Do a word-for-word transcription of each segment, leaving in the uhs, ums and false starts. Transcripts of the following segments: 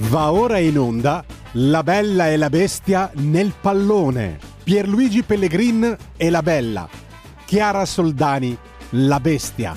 Va ora in onda La Bella e la Bestia nel pallone. Pierluigi Pellegrin e la Bella. Chiara Soldani, la Bestia.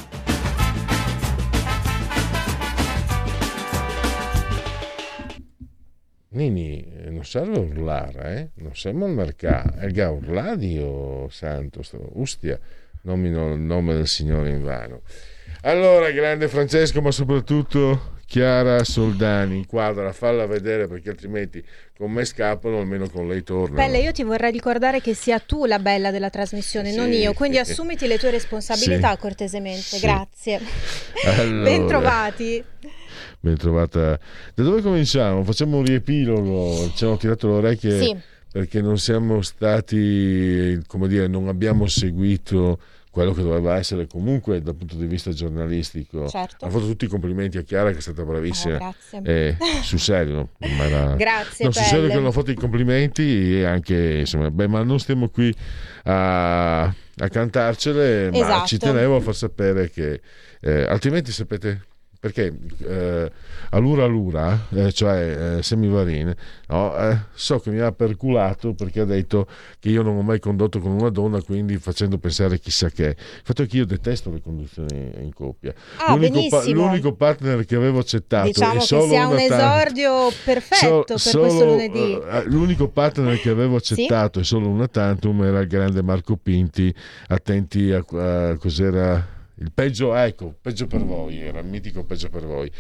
Nini, non serve urlare, eh? Non siamo al mercato. È il urlare, Dio santo, ustia, nomino il nome del Signore in vano. Allora, grande Francesco, ma soprattutto Chiara Soldani, inquadra, falla vedere, perché altrimenti con me scappano, almeno con lei tornano. Pelle, io ti vorrei ricordare che sia tu la bella della trasmissione, sì, non io, quindi assumiti le tue responsabilità, sì, cortesemente, sì. Grazie. Allora, bentrovati. Bentrovata. Da dove cominciamo? Facciamo un riepilogo, ci hanno tirato le orecchie, sì, perché non siamo stati, come dire, non abbiamo seguito quello che doveva essere comunque dal punto di vista giornalistico. Certo. Ha fatto tutti i complimenti a Chiara, che è stata bravissima. Oh, grazie. Eh, sul serio, no? Ma era... Grazie. No, sul serio che hanno fatto i complimenti, e anche insomma, beh, ma non stiamo qui a, a cantarcele, esatto, ma ci tenevo a far sapere che eh, altrimenti sapete. Perché eh, all'ura all'ura, eh, cioè eh, Semivarin, no, eh, so che mi ha perculato perché ha detto che io non ho mai condotto con una donna, quindi facendo pensare chissà che. Il fatto è che io detesto le conduzioni in coppia. Ah, l'unico, pa- l'unico partner che avevo accettato, diciamo è solo che sia un esordio tantum, perfetto so, per solo, questo lunedì. Uh, l'unico partner che avevo accettato, sì, è solo una tantum, era il grande Marco Pinti. Attenti a, a cos'era. Il peggio, ecco, peggio per voi, era il mitico peggio per voi.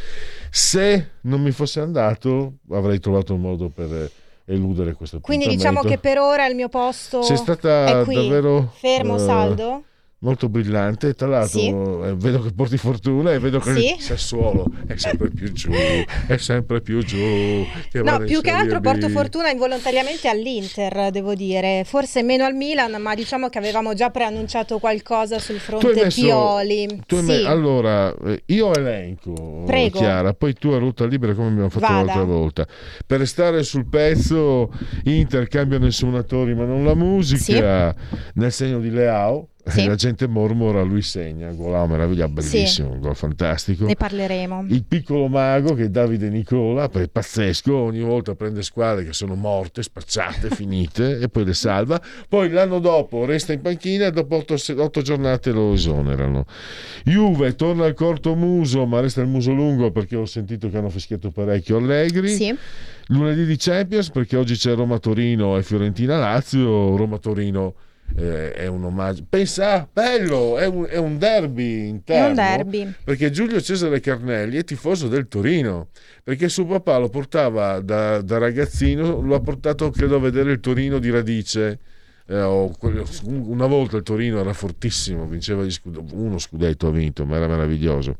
Se non mi fosse andato, avrei trovato un modo per eludere questo Quindi appuntamento. diciamo che per ora il mio posto sei stata è qui, davvero fermo, uh, saldo. Molto brillante, tra l'altro, sì, eh, vedo che porti fortuna e vedo che sì, il Sassuolo è sempre più giù, è sempre più giù. Che no, più che altro B. porto fortuna involontariamente all'Inter, devo dire, forse meno al Milan, ma diciamo che avevamo già preannunciato qualcosa sul fronte messo, Pioli. Tu hai sì. me- allora, io elenco, prego, Chiara, poi tu a ruota libera come abbiamo fatto Vada. l'altra volta. Per restare sul pezzo, Inter cambiano i suonatori ma non la musica, sì, nel segno di Leao. Sì. La gente mormora, lui segna, gol meraviglioso, bellissimo, sì, un gol fantastico. Ne parleremo. Il piccolo mago che è Davide Nicola, è pazzesco, ogni volta prende squadre che sono morte, spacciate, finite, e poi le salva. Poi l'anno dopo resta in panchina e dopo otto, otto giornate lo esonerano. Juve torna al corto muso, ma resta il muso lungo perché ho sentito che hanno fischiato parecchio Allegri. Sì. Lunedì di Champions perché oggi c'è Roma-Torino e Fiorentina-Lazio. Roma-Torino Eh, è un omaggio, pensa, bello, è un, è un derby interno, è un derby, perché Giulio Cesare Carnelli è tifoso del Torino, perché suo papà lo portava da, da ragazzino, lo ha portato credo a vedere il Torino di Radice, eh, o, una volta il Torino era fortissimo, vinceva gli scud- uno scudetto ha vinto, ma era meraviglioso.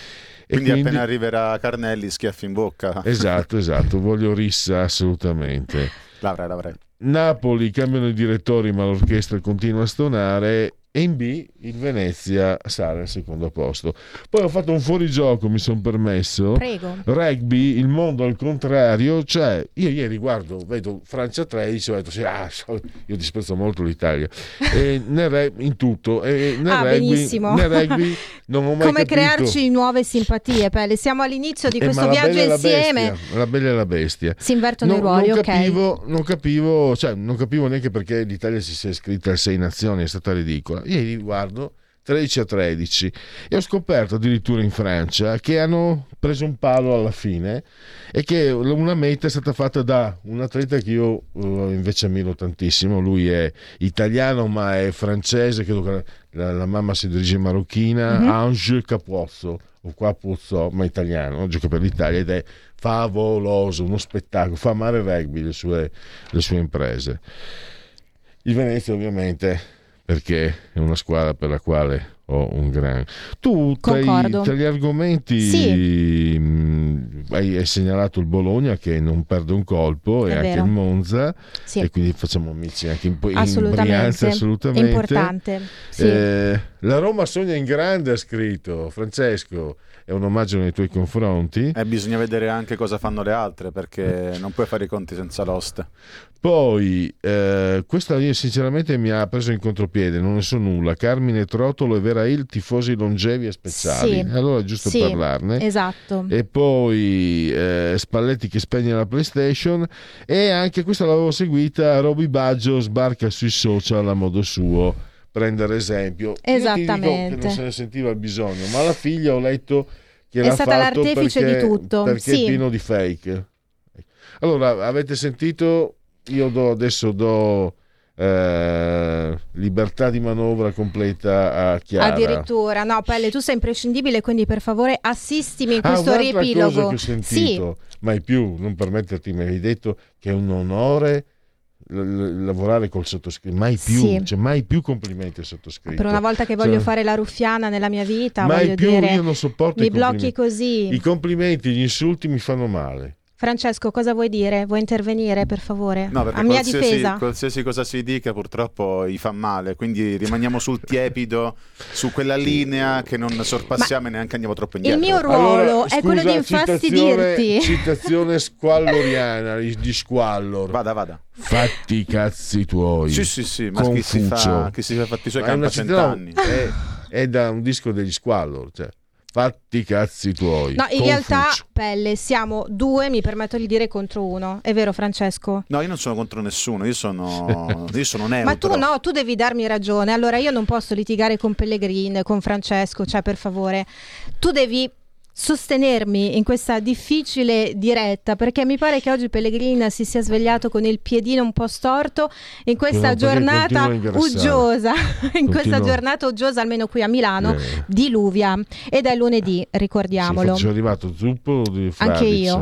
E quindi, quindi appena arriverà Carnelli schiaffi in bocca. Esatto, esatto, voglio rissa assolutamente. L'avrei, l'avrei. Napoli, cambiano i direttori ma l'orchestra continua a stonare, e in B il Venezia sale al secondo posto. Poi ho fatto un fuorigioco, mi sono permesso. Prego. Rugby, il mondo al contrario, cioè io ieri guardo, vedo Francia tredici, ho detto sì, ah, io disprezzo molto l'Italia e nel, in tutto e nel, ah, rugby, benissimo. nel rugby non ho mai come capito. Crearci nuove simpatie, Pelle, siamo all'inizio di eh, questo ma viaggio la insieme, bestia, la bella e la bestia si invertono non, i ruoli. non ok, capivo, non capivo cioè non capivo neanche perché l'Italia si sia iscritta a sei nazioni, è stata ridicola. Ieri guardo tredici a tredici e ho scoperto addirittura in Francia che hanno preso un palo alla fine e che una meta è stata fatta da un atleta che io uh, invece ammiro tantissimo. Lui è italiano ma è francese, credo che la, la mamma si dirige marocchina, mm-hmm. Ange Capozzo o Capozzo, ma italiano, gioca per l'Italia ed è favoloso, uno spettacolo, fa amare il rugby le sue, le sue imprese. Il Venezia ovviamente perché è una squadra per la quale ho un gran... Tu tra, i, tra gli argomenti sì. mh, hai, hai segnalato il Bologna che non perde un colpo è e vero. Anche il Monza, sì. E quindi facciamo amici anche in, in Brianza, assolutamente. È importante. Sì. Eh, la Roma sogna in grande, ha scritto Francesco. È un omaggio nei tuoi confronti. E bisogna vedere anche cosa fanno le altre, perché non puoi fare i conti senza l'host. Poi eh, questa io sinceramente mi ha preso in contropiede, non ne so nulla. Carmine Trotolo, è vera era il tifosi longevi e speciali, sì, allora è giusto sì, parlarne. Esatto. E poi eh, Spalletti che spegne la PlayStation, e anche questa l'avevo seguita, Roby Baggio sbarca sui social a modo suo, prendere esempio. Esattamente. Io ti dico che non se ne sentiva il bisogno, ma la figlia ho letto che è l'ha stata fatto l'artefice perché, di tutto, perché sì. è pieno di fake. Allora, avete sentito? Io do, adesso do eh, libertà di manovra completa a Chiara. Addirittura, no, Pelle, tu sei imprescindibile, quindi per favore assistimi in Ah, questo un'altra riepilogo. cosa che ho sentito, sì. Mai più, non permetterti, mi avevi detto che è un onore l- l- lavorare col sottoscritto, mai più, Sì. cioè mai più complimenti al sottoscritto. Per una volta che voglio cioè, fare la ruffiana nella mia vita, mai voglio più, dire, io non sopporto mi i complimenti. blocchi così. I complimenti, gli insulti mi fanno male. Francesco, cosa vuoi dire? Vuoi intervenire, per favore? No, perché a mia qualsiasi, difesa? qualsiasi cosa si dica purtroppo gli fa male, quindi rimaniamo sul tiepido, su quella linea che non sorpassiamo e neanche andiamo troppo indietro. Il mio ruolo Allora, è scusa, quello di infastidirti. Citazione, citazione squalloriana di Squallor. Vada, vada. Fatti i cazzi tuoi. Sì, sì, sì, ma chi si, fa, chi si fa fatti i suoi Ma è campa una cent'anni. citazione- È, è da un disco degli Squallor, cioè fatti i cazzi tuoi. No, in Confucio. realtà, Pelle, siamo due, mi permetto di dire, contro uno. È vero, Francesco? No, io non sono contro nessuno, io sono, io sono neutro. Ma tu no, tu devi darmi ragione. Allora io non posso litigare con Pellegrin, con Francesco, cioè per favore. Tu devi sostenermi in questa difficile diretta, perché mi pare che oggi Pellegrin si sia svegliato con il piedino un po' storto in questa No, giornata continua a ingrassare. uggiosa, in Continua. questa giornata uggiosa, almeno qui a Milano, Eh. diluvia, ed è lunedì, ricordiamolo. Sì, sono arrivato zuppo di Fradiz. Anche io.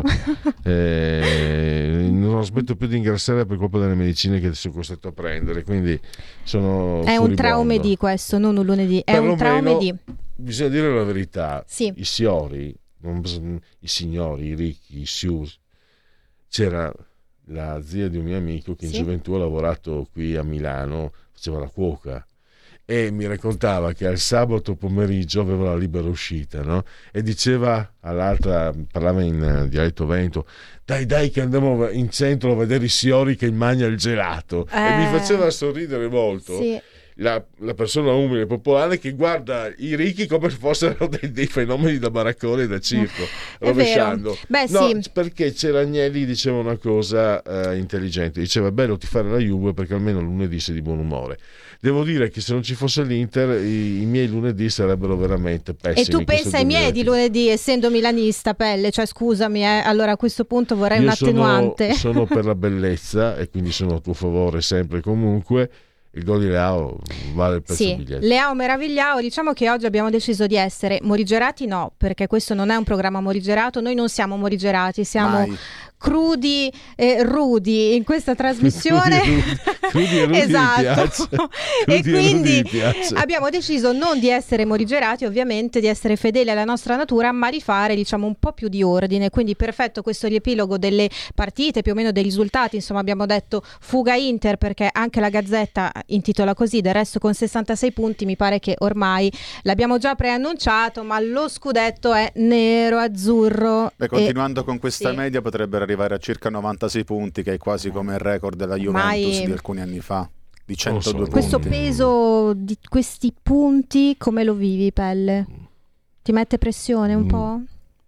Eh, non smetto più di ingrassare per colpa delle medicine che sono costretto a prendere, quindi sono È un furibondo. traumedì questo, non un lunedì, è Perlomeno un traumedì. Bisogna dire la verità. Sì. I signori, non bisogna- i signori, i ricchi, i sius. C'era la zia di un mio amico che in Sì. gioventù ha lavorato qui a Milano, faceva la cuoca, e mi raccontava che al sabato pomeriggio aveva la libera uscita, no? E diceva all'altra, parlava in dialetto veneto, dai dai che andiamo in centro a vedere i signori che mangia il gelato, e mi Eh. faceva sorridere molto. Sì. La, la persona umile e popolare che guarda i ricchi come se fossero dei, dei fenomeni da baraccone e da circo, È rovesciando. vero. Beh, no, sì. perché c'era Agnelli, diceva una cosa eh, intelligente, diceva: è bello tifare la Juve perché almeno lunedì sei di buon umore. Devo dire che se non ci fosse l'Inter i, i miei lunedì sarebbero veramente pessimi. E tu pensa ai miei di lunedì, essendo milanista, Pelle, cioè scusami, eh, allora a questo punto vorrei Io un attenuante. sono, sono per la bellezza e quindi sono a tuo favore sempre e comunque. Il gol di Leao vale il prezzo del Sì, biglietto. Leao meravigliao. Diciamo che oggi abbiamo deciso di essere morigerati, no, perché questo non è un programma morigerato, noi non siamo morigerati, siamo Mai. crudi e rudi in questa trasmissione. Crudi e rudi Esatto. mi piace. E Crudi e rudi quindi mi piace. abbiamo deciso non di essere morigerati, ovviamente, di essere fedeli alla nostra natura, ma di fare, diciamo, un po' più di ordine. Quindi perfetto questo riepilogo delle partite, più o meno dei risultati. Insomma, abbiamo detto fuga Inter perché anche la Gazzetta intitola così, del resto con sessantasei punti, mi pare che ormai l'abbiamo già preannunciato, ma lo scudetto è nero-azzurro. Beh, continuando con questa sì. media potrebbero arrivare a circa novantasei punti, che è quasi come il record della Juventus Ormai- di alcuni anni fa, di centodue so, punti. Questo peso di questi punti, come lo vivi, Pelle? Ti mette pressione un Mm. po'?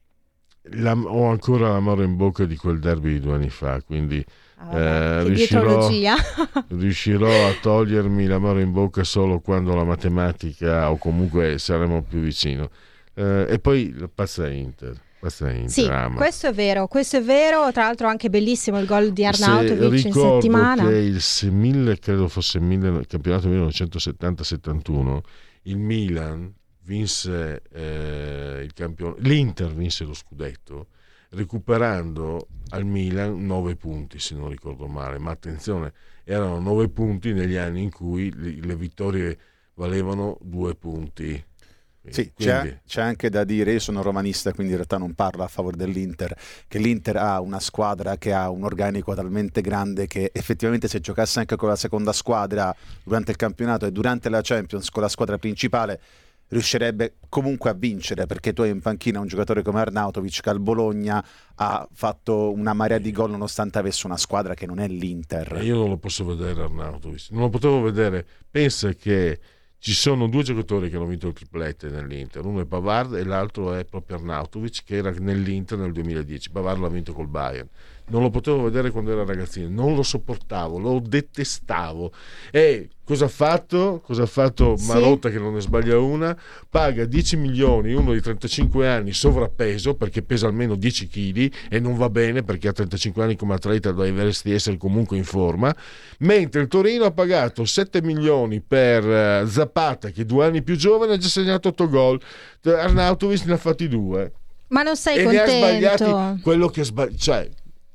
La- ho ancora l'amaro in bocca di quel derby di due anni fa, quindi Ah, Eh, che riuscirò- dietrologia. riuscirò a togliermi l'amaro in bocca solo quando la matematica o comunque saremo più vicino. Eh, e poi la pazza Inter. Pazza Inter Sì, ama. questo è vero, questo è vero. Tra l'altro anche bellissimo il gol di Arnautovic Se in ricordo settimana. che il se- mille, credo fosse il mille, campionato millenovecentosettanta settantuno, il Milan vinse eh, il campion- l'Inter vinse lo scudetto recuperando al Milan nove punti, se non ricordo male, ma attenzione, erano nove punti negli anni in cui le, le vittorie valevano due punti. Sì, Quindi- c'è, c'è anche da dire, io sono romanista, quindi in realtà non parlo a favore dell'Inter, che l'Inter ha una squadra che ha un organico talmente grande che effettivamente se giocasse anche con la seconda squadra durante il campionato e durante la Champions con la squadra principale riuscirebbe comunque a vincere, perché tu hai in panchina un giocatore come Arnautovic che al Bologna ha fatto una marea di gol nonostante avesse una squadra che non è l'Inter. E io non lo posso vedere Arnautovic, non lo potevo vedere. Pensa che ci sono due giocatori che hanno vinto il triplete nell'Inter, uno è Pavard e l'altro è proprio Arnautovic, che era nell'Inter nel duemiladieci. Pavard l'ha vinto col Bayern. Non lo potevo vedere quando era ragazzino, non lo sopportavo, lo detestavo. E cosa ha fatto? Cosa ha fatto Marotta, sì, che non ne sbaglia una? Paga dieci milioni, uno di trentacinque anni, sovrappeso, perché pesa almeno dieci chili e non va bene, perché a trentacinque anni come atleta dovresti essere comunque in forma, mentre il Torino ha pagato sette milioni per Zapata, che due anni più giovane ha già segnato otto gol. Arnautovic ne ha fatti due. Ma non sei e contento? Ne ha sbagliati quello che sbaglia, cioè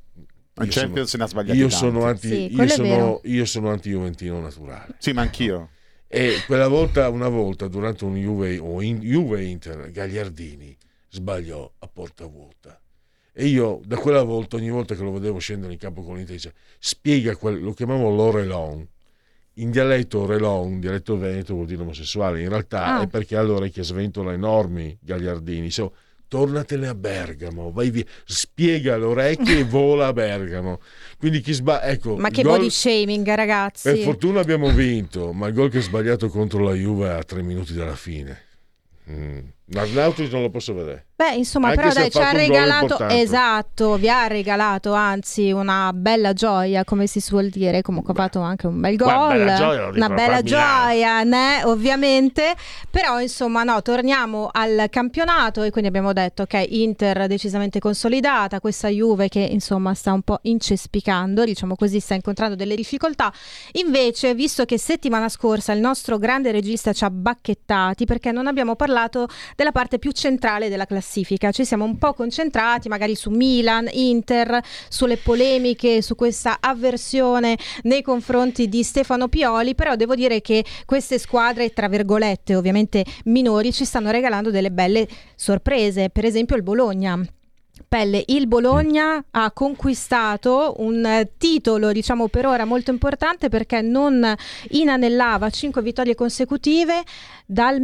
in Champions se ne ha sbagliati io tanti. sono anti Sì, io sono io sono anti-juventino naturale. Sì, ma anch'io. E quella volta, una volta durante un Juve o in Juve Inter, Gagliardini sbagliò a porta vuota. E io da quella volta, ogni volta che lo vedevo scendere in campo con l'Inter, dice, spiega quel, lo chiamavo l'orelon. In dialetto orelon, in dialetto veneto vuol dire omosessuale. In realtà ah. è perché ha le orecchie sventola enormi, Gagliardini. So, tornatene a Bergamo, vai via, spiega le orecchie e vola a Bergamo. Quindi chi sbaglia, ecco, ma che gol... body shaming, ragazzi. Per fortuna abbiamo vinto, ma il gol che ha sbagliato contro la Juve a tre minuti dalla fine. Mm. Arnautovic non lo posso vedere. Beh, insomma, anche però dai, ci ha regalato, esatto, vi ha regalato anzi una bella gioia, come si suol dire. Comunque ha fatto anche un bel gol, bella gioia, una bella gioia, né? Ovviamente. Però insomma, no, torniamo al campionato e quindi abbiamo detto ok, Inter decisamente consolidata, questa Juve che insomma sta un po' incespicando, diciamo così, sta incontrando delle difficoltà. Invece, visto che settimana scorsa il nostro grande regista ci ha bacchettati perché non abbiamo parlato della parte più centrale della classifica, ci siamo un po' concentrati magari su Milan, Inter, sulle polemiche, su questa avversione nei confronti di Stefano Pioli, però devo dire che queste squadre, tra virgolette ovviamente minori, ci stanno regalando delle belle sorprese, per esempio il Bologna. Pelle, il Bologna ha conquistato un titolo, diciamo per ora molto importante, perché non inanellava cinque vittorie consecutive dal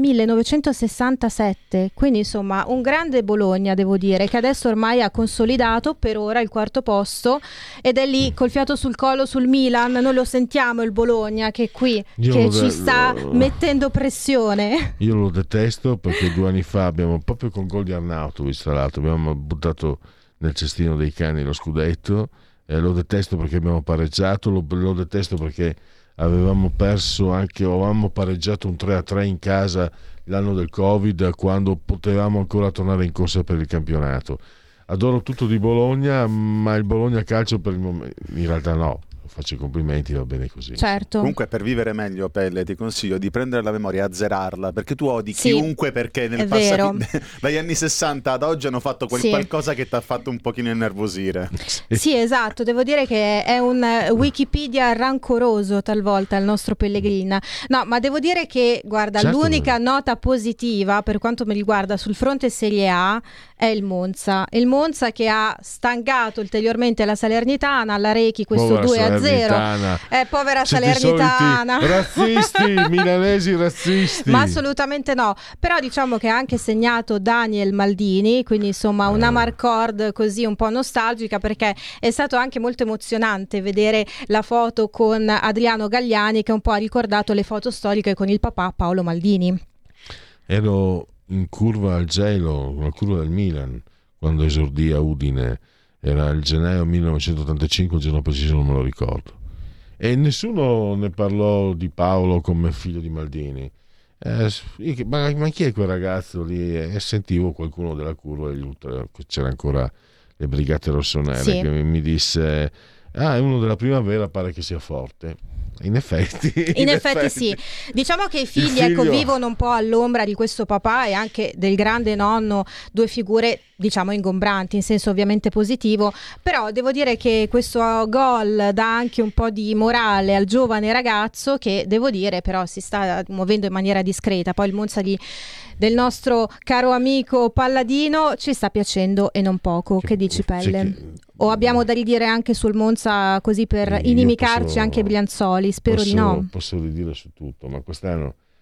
millenovecentosessantasette, quindi insomma un grande Bologna, devo dire, che adesso ormai ha consolidato per ora il quarto posto ed è lì col fiato sul collo sul Milan. Noi lo sentiamo il Bologna che è qui, io che de- ci sta lo... mettendo pressione. Io lo detesto perché due anni fa abbiamo, proprio con gol di Arnautovic tra l'altro, abbiamo buttato nel cestino dei cani lo scudetto. Eh, lo detesto perché abbiamo pareggiato, lo, lo detesto perché avevamo perso anche, o avevamo pareggiato un tre a tre in casa l'anno del Covid, quando potevamo ancora tornare in corsa per il campionato. Adoro tutto di Bologna, ma il Bologna calcio per il momento in realtà no, faccio i complimenti, va bene così. Certo. Comunque, per vivere meglio, Pelle, ti consiglio di prendere la memoria e azzerarla, perché tu odi sì, chiunque perché nel passato dagli anni sessanta ad oggi hanno fatto quel sì. qualcosa che ti ha fatto un pochino innervosire. Sì, esatto, devo dire che è un Wikipedia rancoroso talvolta il nostro Pellegrina. No, ma devo dire che, guarda, certo, l'unica nota positiva per quanto mi riguarda sul fronte Serie A è il Monza. Il Monza che ha stancato ulteriormente la Salernitana, alla Rechi questo due a zero. Eh, povera Siete Salernitana. Razzisti, milanesi razzisti. Ma assolutamente no. Però diciamo che ha anche segnato Daniel Maldini, quindi insomma una eh. marcord così un po' nostalgica, perché è stato anche molto emozionante vedere la foto con Adriano Galliani, che un po' ha ricordato le foto storiche con il papà Paolo Maldini. Ero in curva al gelo, una curva del Milan, quando esordì a Udine. Era il gennaio millenovecentottantacinque, il giorno preciso non me lo ricordo, e nessuno ne parlò di Paolo come figlio di Maldini. Eh, ma, ma chi è quel ragazzo lì? E sentivo qualcuno della curva, c'era ancora le Brigate Rossonere, sì, che mi, mi disse: ah, è uno della Primavera, pare che sia forte. In effetti, in, in effetti, effetti sì, diciamo che i figli, figlio... ecco, vivono un po' all'ombra di questo papà e anche del grande nonno, due figure diciamo ingombranti, in senso ovviamente positivo, però devo dire che questo gol dà anche un po' di morale al giovane ragazzo, che devo dire però si sta muovendo in maniera discreta. Poi il Monza di, del nostro caro amico Palladino ci sta piacendo e non poco. Che, che dici, Pelle? Che... O abbiamo da ridire anche sul Monza, così per Io inimicarci posso, anche Brianzoli? Spero posso, di no. Posso ridire su tutto, ma quest'anno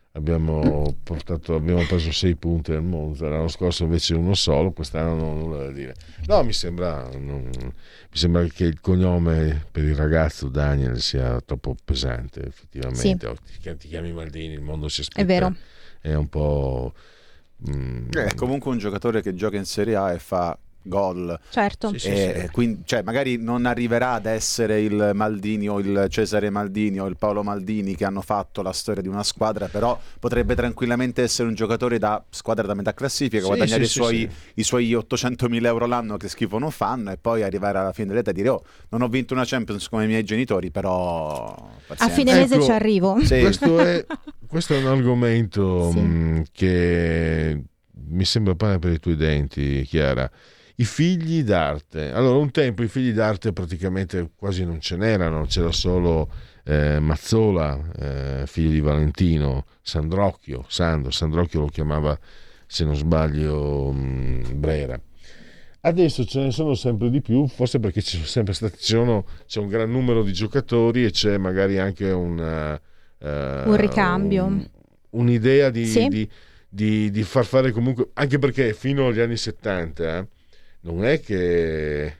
abbiamo portato abbiamo preso sei punti al Monza, l'anno scorso invece uno solo, quest'anno non ho nulla da dire. No, mi sembra non, mi sembra che il cognome per il ragazzo Daniel sia troppo pesante, effettivamente. Sì. Oh, ti, ti chiami Maldini, il mondo si aspetta, È vero, è un po' mm, È comunque un giocatore che gioca in Serie A e fa gol. certo. Sì, sì, E sì. quindi, cioè, magari non arriverà ad essere il Maldini o il Cesare Maldini o il Paolo Maldini che hanno fatto la storia di una squadra, però potrebbe tranquillamente essere un giocatore da squadra da metà classifica, Sì, guadagnare sì, i, suoi, sì, i suoi ottocentomila euro l'anno che schifo non fanno, e poi arrivare alla fine dell'età e dire: oh, non ho vinto una Champions come i miei genitori, però A pazienza. fine mese Ecco, ci arrivo. Sì. questo è questo è un argomento Sì. mh, che mi sembra pane per i tuoi denti, Chiara. I figli d'arte. Allora, un tempo i figli d'arte praticamente quasi non ce n'erano, c'era solo eh, Mazzola, eh, figlio di Valentino, Sandrocchio, Sandro, Sandrocchio lo chiamava, se non sbaglio, mh, Brera. Adesso ce ne sono sempre di più, forse perché ci sono sempre stati, ci sono, c'è un gran numero di giocatori e c'è magari anche una, eh, Un ricambio. un- un'idea di, Sì. di, di, di far fare comunque, anche perché fino agli anni settanta eh, non è che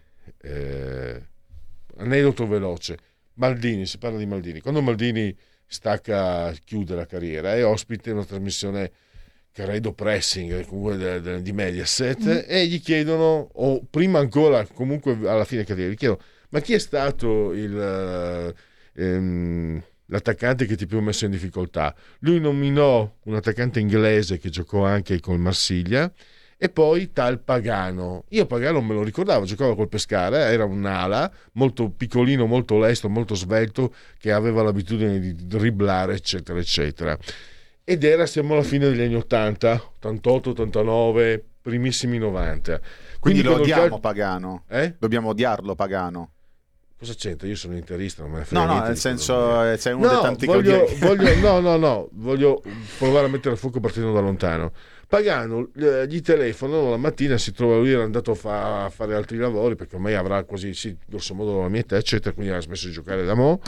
eh, aneddoto veloce, Maldini, si parla di Maldini, quando Maldini stacca, chiude la carriera, è ospite in una trasmissione credo pressing comunque de, de, di Mediaset mm. e gli chiedono, o prima ancora comunque alla fine carriera, gli chiedono: ma chi è stato il ehm, l'attaccante che ti più messo in difficoltà? Lui nominò un attaccante inglese che giocò anche col Marsiglia e poi tal Pagano. Io Pagano me lo ricordavo, giocava col Pescara, era un-ala molto piccolino, molto lesto, molto svelto, che aveva l'abitudine di dribblare, eccetera eccetera, ed era, siamo alla fine degli anni ottanta, ottantotto, ottantanove, primissimi novanta. Quindi, Quindi lo odiamo cal... Pagano, eh? Dobbiamo odiarlo Pagano. Cosa c'entra? Io sono interista, non me ne frega No, no, niente nel di senso, quello. eh, sei uno No, dei tanti voglio, che voglio, no, no, no, voglio provare a mettere a fuoco partendo da lontano. Pagano, eh, gli telefonano la mattina, si trova lui, era andato a, fa, a fare altri lavori, perché ormai avrà quasi, sì, grosso modo la mia età, eccetera, quindi ha smesso di giocare da mo'.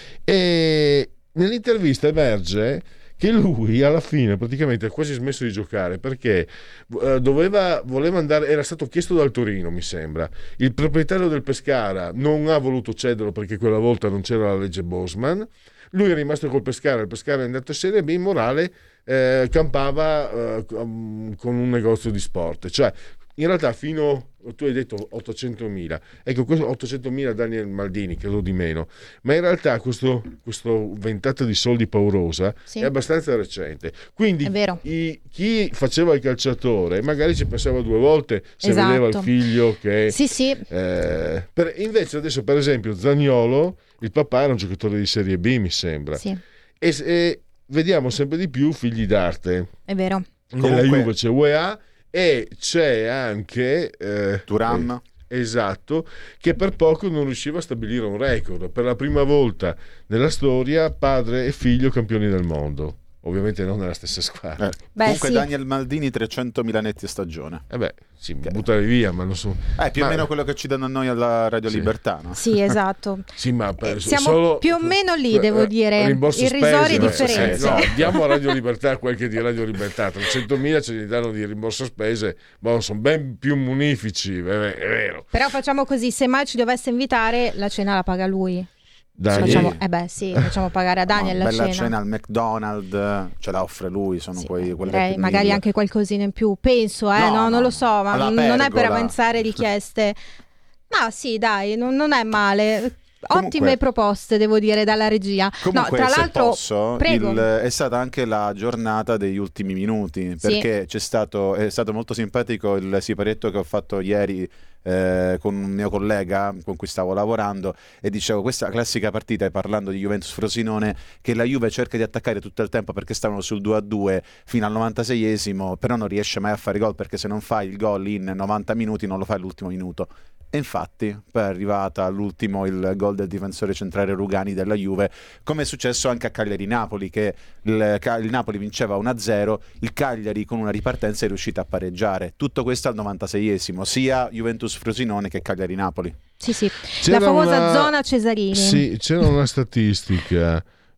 E nell'intervista emerge che lui alla fine praticamente ha quasi smesso di giocare perché eh, doveva, voleva andare, era stato chiesto dal Torino, mi sembra. Il proprietario del Pescara non ha voluto cederlo perché quella volta non c'era la legge Bosman. Lui è rimasto col Pescara, il Pescara è andato a Serie B, in morale eh, campava eh, con un negozio di sport, cioè in realtà fino, tu hai detto ottocentomila, ecco, questo ottocentomila Daniel Maldini, credo di meno, ma in realtà questo, questo ventata di soldi paurosa Sì. è abbastanza recente, quindi È vero. i, chi faceva il calciatore magari ci pensava due volte se Esatto. vedeva il figlio che Sì, sì. eh, per, invece adesso per esempio Zaniolo, il papà era un giocatore di Serie B, mi sembra, Sì, e, e vediamo sempre di più figli d'arte. è vero. Nella Comunque- Juve c'è U E A e c'è anche eh, Thuram. eh, esatto, che per poco non riusciva a stabilire un record. Per la prima volta nella storia padre e figlio campioni del mondo, ovviamente non nella stessa squadra. Eh, Beh, comunque sì. Daniel Maldini trecentomila netti a stagione. Eh beh, sì, buttare via, ma non so. Eh, più ma- o meno quello che ci danno a noi alla Radio Sì. Libertà, no? Sì, esatto. Sì, ma per- Eh, siamo solo- più o meno lì, devo eh, dire, rimborso irrisorie spese, differenze. eh, no, diamo a Radio Libertà quel che di Radio Libertà, trecentomila ce li danno di rimborso spese, ma sono ben più munifici, è è vero. Però facciamo così, se mai ci dovesse invitare, la cena la paga lui. Daniel. Facciamo, eh beh sì, facciamo pagare a Daniel No, la bella cena. cena al McDonald's, ce la offre lui, sono Sì, quei, quelle direi, che magari mille. anche qualcosina in più, penso, eh, No, no, no, non lo so, ma alla non è per pergola. avanzare richieste. No, sì, dai, non, non è male. Ottime Comunque- proposte, devo dire, dalla regia. Comunque, no, tra se l'altro, posso, prego. il- è stata anche la giornata degli ultimi minuti, Sì. perché c'è stato, è stato molto simpatico il siparietto che ho fatto ieri eh, con un mio collega con cui stavo lavorando, e dicevo: questa classica partita, e parlando di Juventus Frosinone, che la Juve cerca di attaccare tutto il tempo perché stavano sul due a due fino al novantaseiesimo, però non riesce mai a fare gol, perché se non fai il gol in novanta minuti non lo fai all'ultimo minuto. E infatti poi è arrivata all'ultimo il gol del difensore centrale Rugani della Juve, come è successo anche a Cagliari-Napoli, che il, il Napoli vinceva uno a zero, il Cagliari con una ripartenza è riuscito a pareggiare. Tutto questo al novantaseiesimo, sia Juventus-Frosinone che Cagliari-Napoli. Sì, sì. C'era la famosa una- zona Cesarini. Sì, c'era una statistica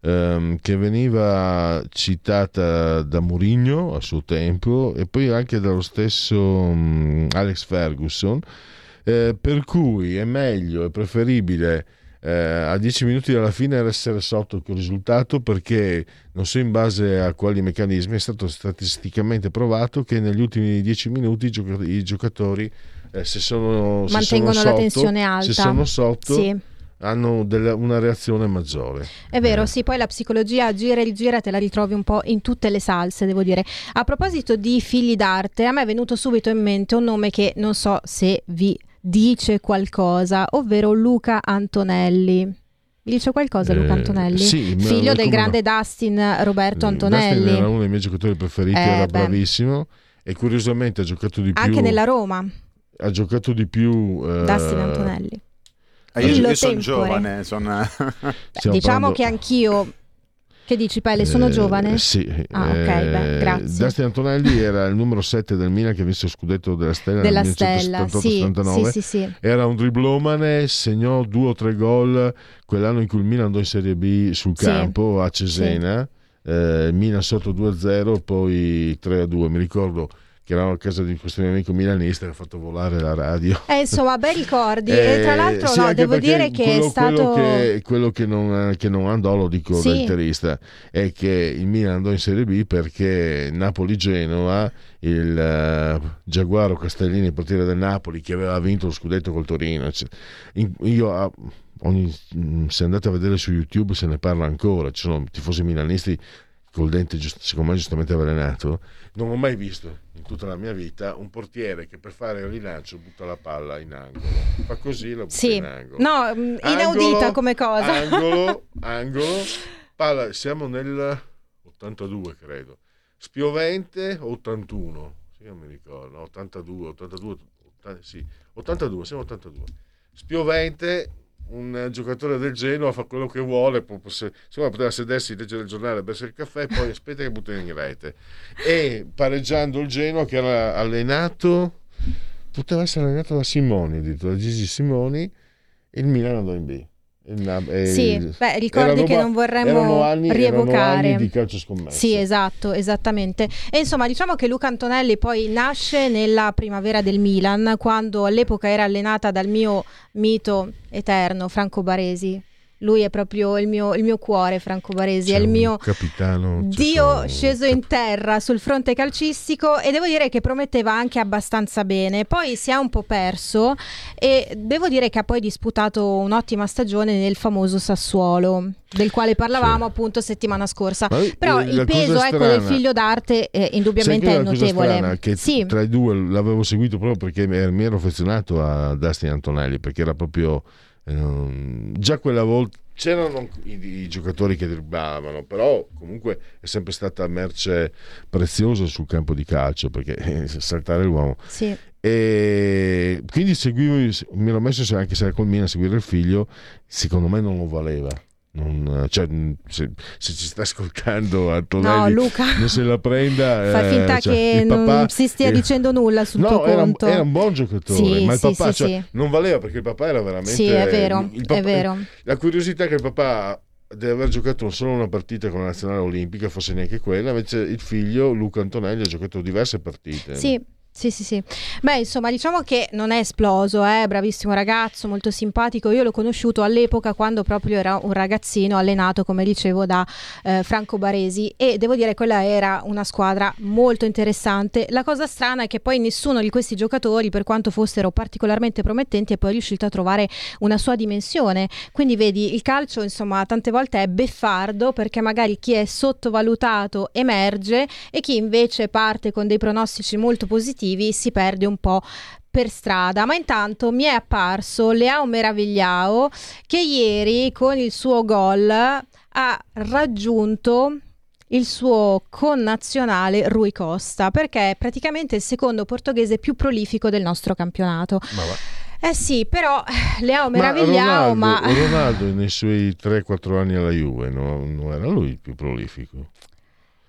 ehm, che veniva citata da Mourinho a suo tempo e poi anche dallo stesso um, Alex Ferguson, eh, per cui è meglio, è preferibile eh, a dieci minuti dalla fine essere sotto quel risultato, perché non so in base a quali meccanismi è stato statisticamente provato che negli ultimi dieci minuti i, gioc- i giocatori eh, se sono, se mantengono sono la sotto, tensione alta, se sono sotto sì, hanno delle, una reazione maggiore. È vero, eh. sì, poi la psicologia gira e rigira te la ritrovi un po' in tutte le salse, devo dire. A proposito di figli d'arte, a me è venuto subito in mente un nome che non so se vi dice qualcosa, ovvero Luca Antonelli. Vi dice qualcosa Luca Eh, Antonelli? sì, ma Figlio del come grande no? Dustin Roberto Antonelli. Dustin era uno dei miei giocatori preferiti, Eh, era beh. bravissimo e curiosamente ha giocato di più Anche nella Roma, ha giocato di più eh, Dustin Antonelli. Eh, io Illo io sono tempore. giovane, sono... stiamo Diciamo parlando- che anch'io, che dici Pelle, sono Eh, giovane? Sì. Ah, ok, beh, grazie. Dustin Antonelli era il numero sette del Milan che ha vinto lo scudetto della Stella Della nel Stella, sì, millenovecentosettantanove. sì, sì, sì. Era un driblomane, segnò due o tre gol quell'anno in cui il Milan andò in Serie B sul Sì. campo a Cesena. Eh, Milan sotto due a zero, poi tre a due. Mi ricordo che eravamo a casa di questo mio amico milanista che ha fatto volare la radio. Eh, insomma, bei ricordi. E tra l'altro, Eh, sì, no, anche devo perché dire che quello, è stato. quello che, quello che non, che non andò, lo dico Sì. da interista, è che il Milan andò in Serie B perché Napoli-Genoa, il uh, Giaguaro Castellini, portiere del Napoli, che aveva vinto lo scudetto col Torino. Cioè, in- io ah, ogni, se andate a vedere su YouTube se ne parla ancora, ci sono tifosi milanisti col dente giust- secondo me giustamente avvelenato. Non ho mai visto in tutta la mia vita un portiere che per fare il rilancio butta la palla in angolo, fa così la butta Sì, in angolo. no, mh, inaudita Angolo, come cosa. angolo, angolo, palla, siamo nel ottantadue credo, spiovente ottantuno, sì, non mi ricordo, no, ottantadue, ottantadue, ottanta, sì, ottantadue, siamo ottantadue, spiovente. Un giocatore del Genoa fa quello che vuole, può, se, se poteva sedersi, leggere il giornale, bersi il caffè, poi aspetta che butta in rete. E pareggiando il Genoa, che era allenato, poteva essere allenato da Simoni, addirittura, da Gigi Simoni, il Milan andò in B. Il, e, Sì, beh, ricordi roba, che non vorremmo anni, rievocare. Erano anni di calcio scommesso. Sì, esatto, esattamente. E insomma, diciamo che Luca Antonelli poi nasce nella primavera del Milan, quando all'epoca era allenata dal mio mito eterno Franco Baresi. Lui è proprio il mio, il mio cuore, Franco Baresi, C'è è il un mio capitano, c'è Dio solo un sceso in terra sul fronte calcistico, e devo dire che prometteva anche abbastanza bene. Poi si è un po' perso e devo dire che ha poi disputato un'ottima stagione nel famoso Sassuolo, del quale parlavamo Sì. appunto settimana scorsa. Ma, Però eh, il la cosa peso, ecco, strana- del figlio d'arte eh, indubbiamente Sai è che la cosa notevole. strana? Che Sì. tra i due l'avevo seguito proprio perché mi ero affezionato a Dustin Antonelli, perché era proprio ehm, già quella volta c'erano i, i giocatori che dribblavano, però comunque è sempre stata merce preziosa sul campo di calcio, perché eh, saltare l'uomo. Sì. E quindi seguivo, mi ero messo anche se era col Milan a seguire il figlio, secondo me non lo valeva. Non, cioè, se, se ci sta ascoltando Antonelli, No, Luca, non se la prenda, fai eh, finta cioè, che il non papà- si stia eh, dicendo nulla sul no, tuo era, conto. era un buon giocatore, Sì, ma il sì, papà sì, cioè, sì. non valeva, perché il papà era veramente Sì, è vero, il papà- è vero. La curiosità è che il papà deve aver giocato solo una partita con la nazionale olimpica, forse neanche quella, invece il figlio Luca Antonelli ha giocato diverse partite. Sì. Sì, sì, sì. Beh, insomma, diciamo che non è esploso, eh? Bravissimo ragazzo, molto simpatico. Io l'ho conosciuto all'epoca quando proprio era un ragazzino allenato, come dicevo, da eh, Franco Baresi, e devo dire che quella era una squadra molto interessante. La cosa strana è che poi nessuno di questi giocatori, per quanto fossero particolarmente promettenti, è poi riuscito a trovare una sua dimensione. Quindi vedi, il calcio, insomma, tante volte è beffardo, perché magari chi è sottovalutato emerge e chi invece parte con dei pronostici molto positivi si perde un po' per strada. Ma intanto mi è apparso Leao Meravigliao, che ieri con il suo gol ha raggiunto il suo connazionale Rui Costa, perché è praticamente il secondo portoghese più prolifico del nostro campionato. Ma va. Eh sì, però Leao Meravigliao, ma ma, Ronaldo, nei suoi tre quattro anni alla Juve no, non era lui il più prolifico.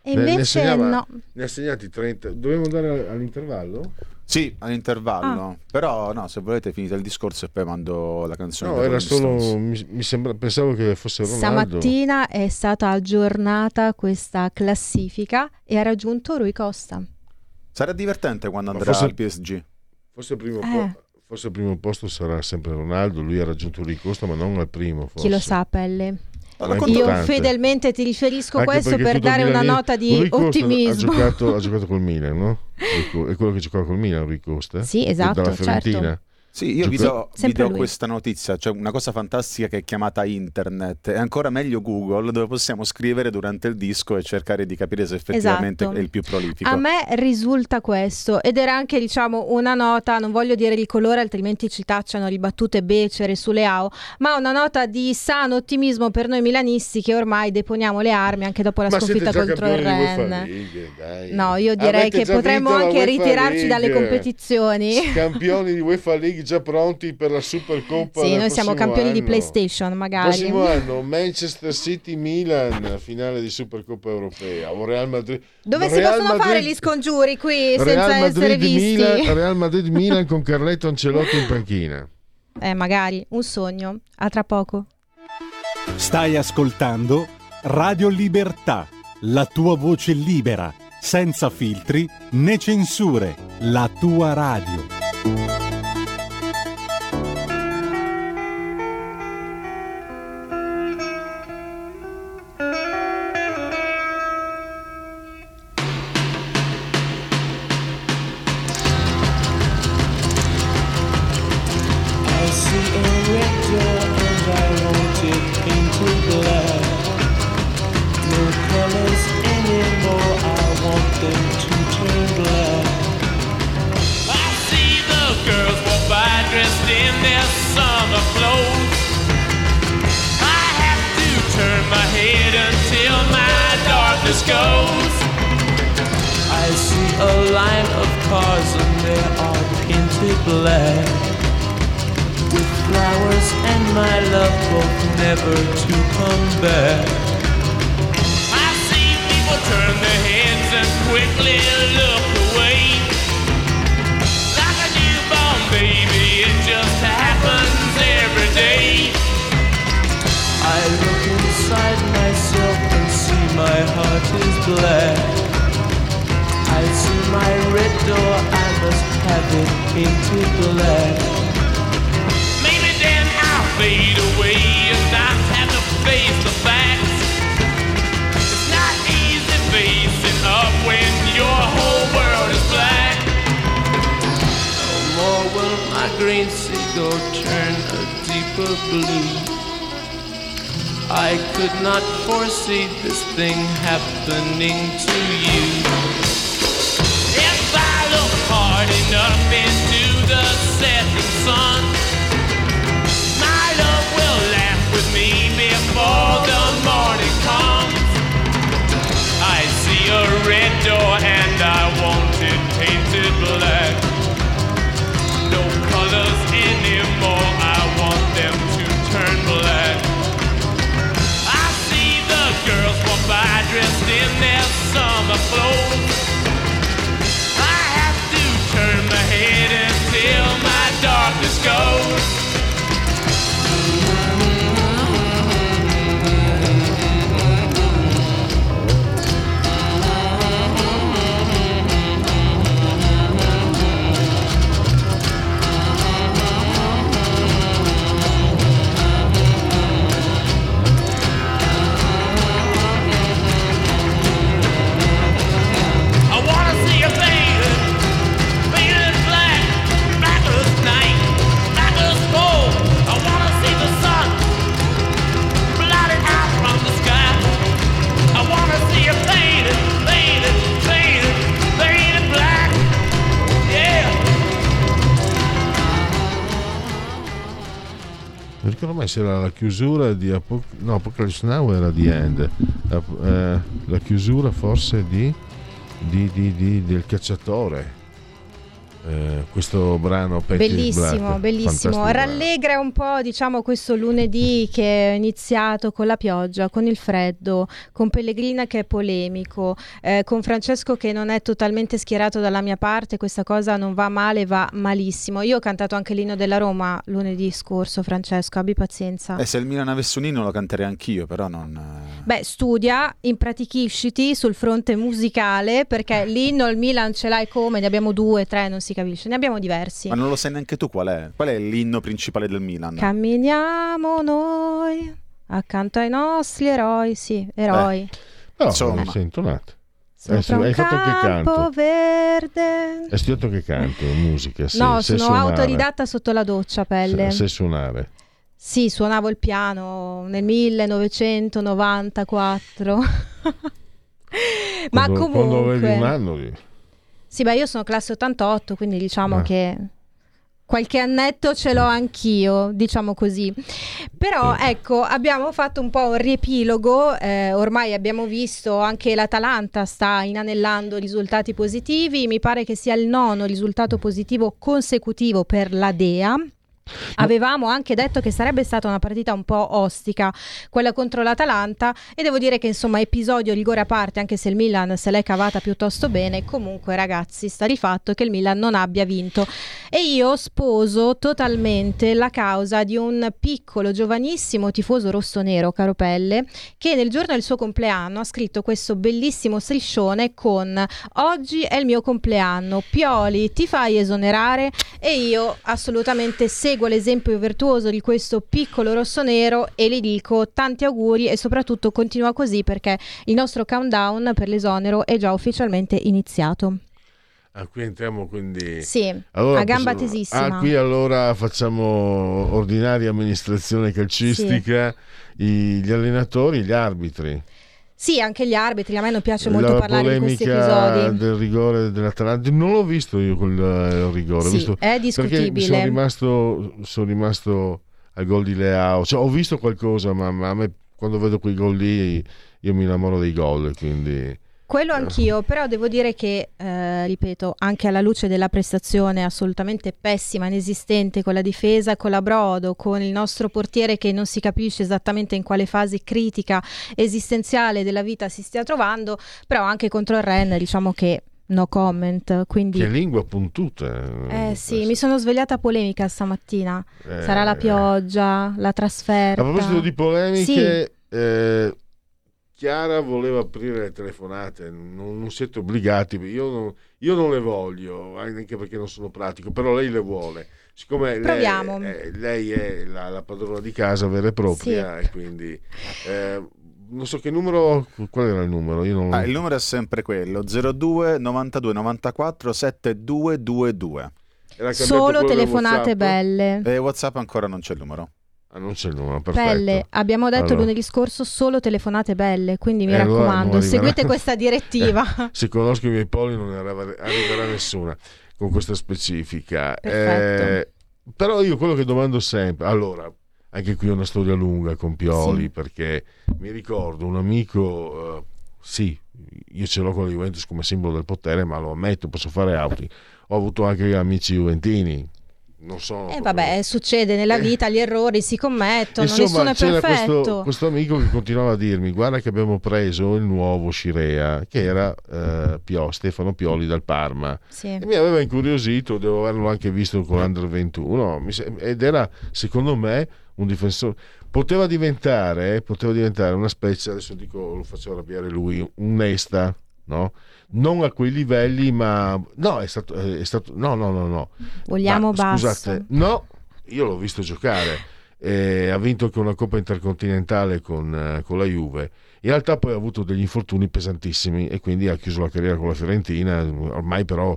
E invece ne segnava, no. Ne ha segnati trenta. Dobbiamo andare all'intervallo? Sì, all'intervallo. Ah. Però no, se volete finite il discorso e poi mando la canzone. No, era solo mi, mi sembra, pensavo che fosse Ronaldo. Stamattina è stata aggiornata questa classifica e ha raggiunto Rui Costa. Sarà divertente quando Ma andrà forse- al P S G. Forse il primo, Eh. po- forse il primo posto sarà sempre Ronaldo. Lui ha raggiunto Rui Costa, ma non al primo. Forse. Chi lo sa, Pelle? Allora, È conto- Io importante. fedelmente ti riferisco Anche questo perché per tutto il dare una Milan- nota di Rui Costa ottimismo. Ha giocato, ha giocato col Milan, no? Rui Co- È quello che giocava col Milan, Rui Costa. Sì, esatto, Dalla Fiorentina. certo. Sì, io vi Gioca- do, vi Sempre do lui. questa notizia, cioè una cosa fantastica che è chiamata internet, è ancora meglio Google, dove possiamo scrivere durante il disco e cercare di capire se effettivamente Esatto. è il più prolifico. A me risulta questo ed era anche diciamo una nota, non voglio dire il colore altrimenti ci tacciano ribattute becere sulle A O, ma una nota di sano ottimismo per noi milanisti che ormai deponiamo le armi anche dopo la Ma siete sconfitta già contro il campioni di UEFA Rennes. League, dai. No, io direi Avete che già potremmo vinto la anche UEFA ritirarci dalle League. competizioni. Campioni di UEFA League già pronti per la Supercoppa. Sì, del noi siamo prossimo campioni di anno. PlayStation magari. Prossimo anno Manchester City Milan, finale di Supercoppa europea, o Real Madrid. Dove si Real possono fare Madrid- gli scongiuri qui senza Real essere Madrid visti? Milan, Real Madrid Milan con Carletto Ancelotti in panchina. Eh, magari, un sogno. A tra poco. Stai ascoltando Radio Libertà, la tua voce libera, senza filtri né censure, la tua radio. I see a red door and I want it painted black. No colors anymore, I want them to turn black. I see the girls walk by dressed in their summer clothes. I have to turn my head until my darkness goes. I see a line of cars and they are painted black. With flowers and my love both never to come back. I see people turn their heads and quickly look away. Like a newborn baby, it just happens every day. I look inside myself and see my heart is black. I see my red door, I must have it painted black. Maybe then I'll fade away and not have to face the facts. It's not easy facing up when your whole world is black. No more will my green seagull turn a deeper blue. I could not foresee this thing happening to you. If I look hard enough into the setting sun, my love will laugh with me before the morning comes. I see a red door and I want it painted black. No colors anymore, I want them to turn black. I see the girls walk by dressed in their summer clothes. I have to turn my head until my darkness goes. I wanna see you faded, faded black, black as night, black as gold. I wanna see the sun blotted out from the sky. I wanna see you faded, faded, faded, faded black. Yeah. Non ricordo mai se era la chiusura di Apoc- no, Apocalypse Now era di End. Ap- eh, la chiusura forse di, di, di, di- del cacciatore. eh, questo brano Paint is bellissimo, Black. bellissimo, Fantastico. rallegra un po', diciamo, questo lunedì che è iniziato con la pioggia, con il freddo, con Pellegrina che è polemico, eh, con Francesco che non è totalmente schierato dalla mia parte. Questa cosa non va male, va malissimo. Io ho cantato anche l'inno della Roma lunedì scorso, Francesco, abbi pazienza. Eh, se il Milan avesse un inno lo canterei anch'io, però non... Beh, studia, impratichisciti sul fronte musicale, perché l'inno il Milan ce l'hai come? Ne abbiamo due, tre, non si capisce, ne abbiamo diversi. Ma non lo sai neanche tu qual è? Qual è l'inno principale del Milan? Camminiamo noi accanto ai nostri eroi, sì, eroi. Però Insomma. non sei intonato. Sopra Eh, sì, un hai fatto anche campo canto. verde. Hai studiato che canto, musica? Sì, No, sai sono suonare. autodidatta sotto la doccia, Pelle. Sai, sai suonare. Sì, suonavo il piano nel millenovecentonovantaquattro. Ma Quando, quando avevi comunque... un anno lì. Sì, beh, io sono classe ottantotto, quindi diciamo Ah. che qualche annetto ce l'ho anch'io, diciamo così. Però ecco, abbiamo fatto un po' un riepilogo, eh, ormai abbiamo visto anche l'Atalanta sta inanellando risultati positivi, mi pare che sia il nono risultato positivo consecutivo per la Dea. Avevamo anche detto che sarebbe stata una partita un po' ostica quella contro l'Atalanta, e devo dire che insomma, episodio rigore a parte, anche se il Milan se l'è cavata piuttosto bene, comunque ragazzi sta di fatto che il Milan non abbia vinto. E io sposo totalmente la causa di un piccolo giovanissimo tifoso rossonero, caro Pelle, che nel giorno del suo compleanno ha scritto questo bellissimo striscione con: oggi è il mio compleanno, Pioli ti fai esonerare. E io assolutamente seguo l'esempio virtuoso di questo piccolo rossonero e gli dico tanti auguri, e soprattutto continua così, perché il nostro countdown per l'esonero è già ufficialmente iniziato. Ah, qui entriamo quindi... Sì, Allora, a gamba possiamo- tesissima. Ah, qui allora facciamo ordinaria amministrazione calcistica, i- gli allenatori, gli arbitri. Sì, anche gli arbitri, a me non piace molto La parlare di questi polemica episodi. del rigore dell'Atalanta, non l'ho visto io quel eh, rigore, ho Sì, visto, è perché mi sono discutibile. rimasto, sono rimasto al gol di Leao, cioè, ho visto qualcosa, ma, ma a me quando vedo quei gol lì io mi innamoro dei gol, quindi... Quello anch'io, però devo dire che, eh, ripeto, anche alla luce della prestazione assolutamente pessima, inesistente, con la difesa colabrodo, con il nostro portiere che non si capisce esattamente in quale fase critica esistenziale della vita si stia trovando, però anche contro il Rennes diciamo che no comment, quindi... Che lingua puntuta. Eh sì, mi sono svegliata polemica stamattina. Eh, Sarà la pioggia, la trasferta. A proposito di polemiche, Sì. eh, Chiara voleva aprire le telefonate, non, non siete obbligati, io non, io non le voglio, anche perché non sono pratico, però lei le vuole. Siccome lei, Proviamo. eh, lei è la, la padrona di casa vera e propria, Sì. e quindi eh, non so che numero, qual era il numero? Io non... Ah, il numero è sempre quello: zero due novantadue novantaquattro settantadue ventidue. Era cambiato Solo quello del telefonate WhatsApp? belle. E WhatsApp ancora non c'è il numero. Ah, non c'è il numero, perfetto. Belle, abbiamo detto Allora. lunedì scorso solo telefonate belle, quindi mi Eh, allora raccomando, non arriverà. seguite questa direttiva. Eh, se conosco i miei poli non ne arriverà, arriverà nessuna con questa specifica. Perfetto. Eh, però io quello che domando sempre, allora, anche qui è una storia lunga con Pioli, Sì. perché mi ricordo un amico, eh, sì, io ce l'ho con la Juventus come simbolo del potere, ma lo ammetto, posso fare auti. Ho avuto anche amici juventini. Non sono E eh, proprio- vabbè, succede nella vita, gli errori si commettono, Insomma, nessuno è c'era perfetto. questo, questo amico che continuava a dirmi: guarda che abbiamo preso il nuovo Scirea, che era eh, Pio, Stefano Pioli dal Parma, Sì. e mi aveva incuriosito, devo averlo anche visto con l'Under ventuno, mi se- ed era secondo me un difensore, poteva diventare poteva diventare una specie, adesso dico, lo faccio arrabbiare lui, un Nesta, no? Non a quei livelli, ma no, è stato, è stato no, no, no, no. Vogliamo Ma, basso. Scusate, no, io l'ho visto giocare, eh, ha vinto anche una Coppa Intercontinentale con, eh, con la Juve. In realtà poi ha avuto degli infortuni pesantissimi e quindi ha chiuso la carriera con la Fiorentina, ormai però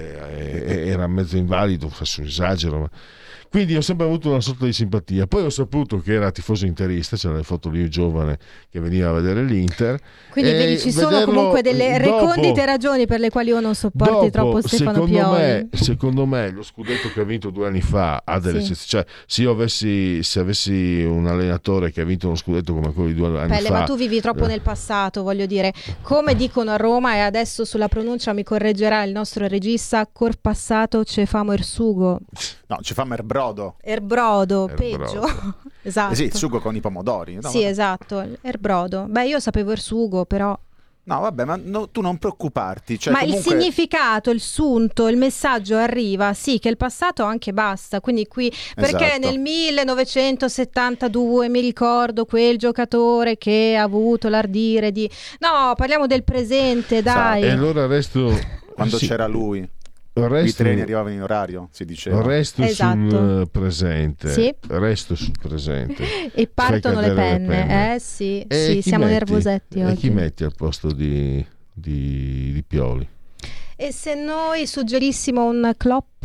eh, era mezzo invalido, forse un esagero, ma... Quindi ho sempre avuto una sorta di simpatia. Poi ho saputo che era tifoso interista, c'era le foto lì giovane che veniva a vedere l'Inter. Quindi E vedi, ci sono vederlo comunque delle dopo- recondite ragioni per le quali io non sopporti dopo, troppo Stefano secondo Pioli. me, secondo me lo scudetto che ha vinto due anni fa ha delle Sì. cioè, se io avessi, se avessi un allenatore che ha vinto uno scudetto come quello di due anni Pelle, fa, ma tu vivi troppo eh, nel passato, voglio dire, come dicono a Roma, e adesso sulla pronuncia mi correggerà il nostro regista chissà cor passato ce famo il sugo. No, ci fa merbrodo. Erbrodo, Erbrodo. peggio. Esatto. Eh sì, il sugo con i pomodori. No, sì, vabbè. esatto, erbrodo. Beh, io sapevo il sugo, però... No, vabbè, ma no, tu non preoccuparti. Cioè, ma comunque... il significato, il sunto, il messaggio arriva, sì, che il passato anche basta. Quindi qui, perché Esatto. nel millenovecentosettantadue mi ricordo quel giocatore che ha avuto l'ardire di... No, parliamo del presente, dai. E allora resto Quando sì, c'era lui, resto, i treni arrivavano in orario, si diceva. resto Esatto. sul presente. Sì. Resto sul presente. E partono Fai le cadere penne, le penne. eh sì, E sì chi siamo metti? nervosetti E oggi. chi metti al posto di, di, di Pioli? E se noi suggerissimo un Klopp?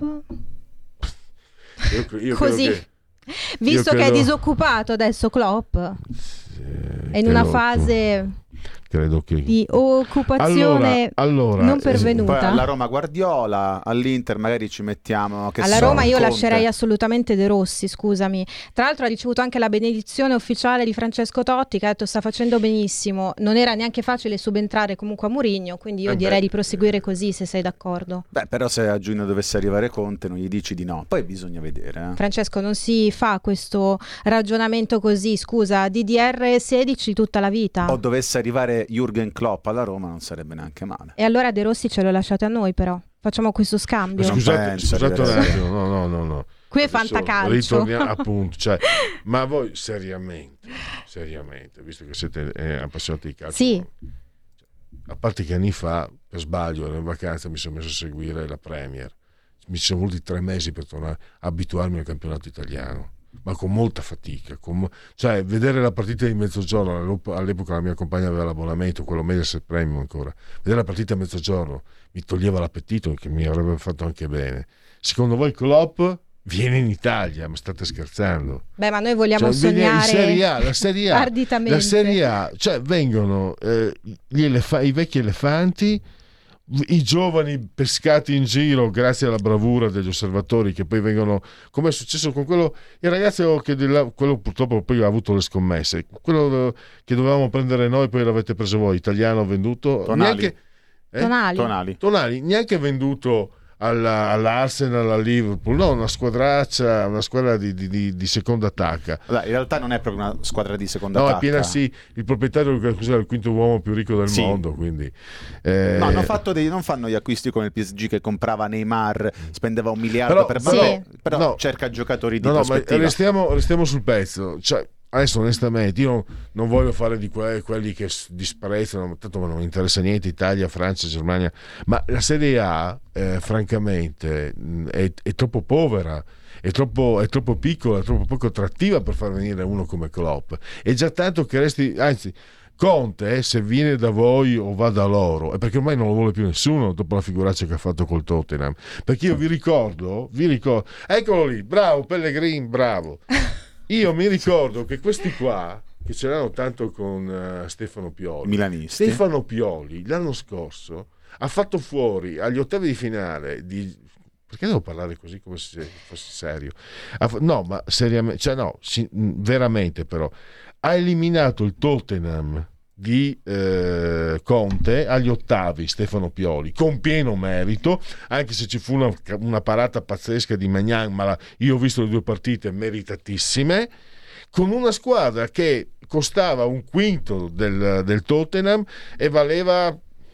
Io, io Così, credo che- visto io che è credo- disoccupato adesso Klopp, eh, è in una credo- fase credo che di occupazione allora, allora, non eh, pervenuta. Poi alla Roma Guardiola, all'Inter magari ci mettiamo... Che Alla so, Roma io Conte. lascerei assolutamente De Rossi, scusami. Tra l'altro ha ricevuto anche la benedizione ufficiale di Francesco Totti, che ha detto sta facendo benissimo. Non era neanche facile subentrare comunque a Mourinho, quindi io Eh direi beh. di proseguire così, se sei d'accordo. Beh, però se a giugno dovesse arrivare Conte non gli dici di no. Poi bisogna vedere. Eh. Francesco, non si fa questo ragionamento così, scusa, D D R sedici tutta la vita. O dovesse arrivare Jürgen Klopp alla Roma non sarebbe neanche male. E allora De Rossi ce lo lasciate a noi però. Facciamo questo scambio. Non Scusate, penso, scusate un ragazzi. attimo, no, no, no, no. Qui è Adesso fantacalcio. Ritorniamo appunto, cioè, ma voi seriamente, seriamente, visto che siete eh, appassionati di calcio, Sì. a parte che anni fa, per sbaglio, ero in vacanza, mi sono messo a seguire la Premier. Mi sono voluti tre mesi per tornare a abituarmi al campionato italiano, ma con molta fatica. Con mo- cioè, vedere la partita di mezzogiorno, all'ep- all'epoca la mia compagna aveva l'abbonamento, quello Mediaset Premium ancora. Vedere la partita a mezzogiorno mi toglieva l'appetito, che mi avrebbe fatto anche bene. Secondo voi Klopp viene in Italia? Ma state scherzando? Beh, ma noi vogliamo Cioè, viene in sognare Serie A, la Serie A, arditamente. la Serie A, cioè vengono eh, gli elef- i vecchi elefanti, i giovani pescati in giro grazie alla bravura degli osservatori, che poi vengono, come è successo con quello, il ragazzo che di là- quello purtroppo poi ha avuto le scommesse, quello che dovevamo prendere noi, poi l'avete preso voi, italiano venduto, Tonali. neanche eh? Tonali. Tonali. Tonali, neanche venduto alla, all'Arsenal, al Liverpool, no, una squadraccia, una squadra di, di, di, di seconda attacca. Vabbè, in realtà non è proprio una squadra di seconda No, è attacca. piena sì, il proprietario cos'era, il quinto uomo più ricco del Sì. mondo, quindi eh, No, hanno fatto dei, non fanno gli acquisti come il P S G che comprava Neymar, spendeva un miliardo Però- per Sì. Mbappé, però no. cerca giocatori di no, no, ma prospettiva. restiamo, restiamo sul pezzo. Cioè, adesso onestamente io non, non voglio fare di que- quelli che s- disprezzano, tanto non mi interessa niente Italia, Francia, Germania, ma la Serie A eh, francamente mh, è, è troppo povera. È troppo, è troppo piccola, è troppo poco attrattiva per far venire uno come Klopp. È già tanto che resti, anzi, Conte, eh, se viene da voi o va da loro, è perché ormai non lo vuole più nessuno dopo la figuraccia che ha fatto col Tottenham. Perché io vi ricordo, vi ricordo, eccolo lì, bravo Pellegrin, bravo. Io mi ricordo che questi qua, che ce l'hanno tanto con uh, Stefano Pioli, Milanisti. Stefano Pioli l'anno scorso ha fatto fuori agli ottavi di finale di... Perché devo parlare così come se fosse serio? Ha fa- No, ma seriamente, cioè no, si- veramente però, ha eliminato il Tottenham di eh, Conte agli ottavi, Stefano Pioli, con pieno merito, anche se ci fu una, una parata pazzesca di Maignan, ma la- io ho visto le due partite meritatissime, con una squadra che costava un quinto del, del Tottenham e valeva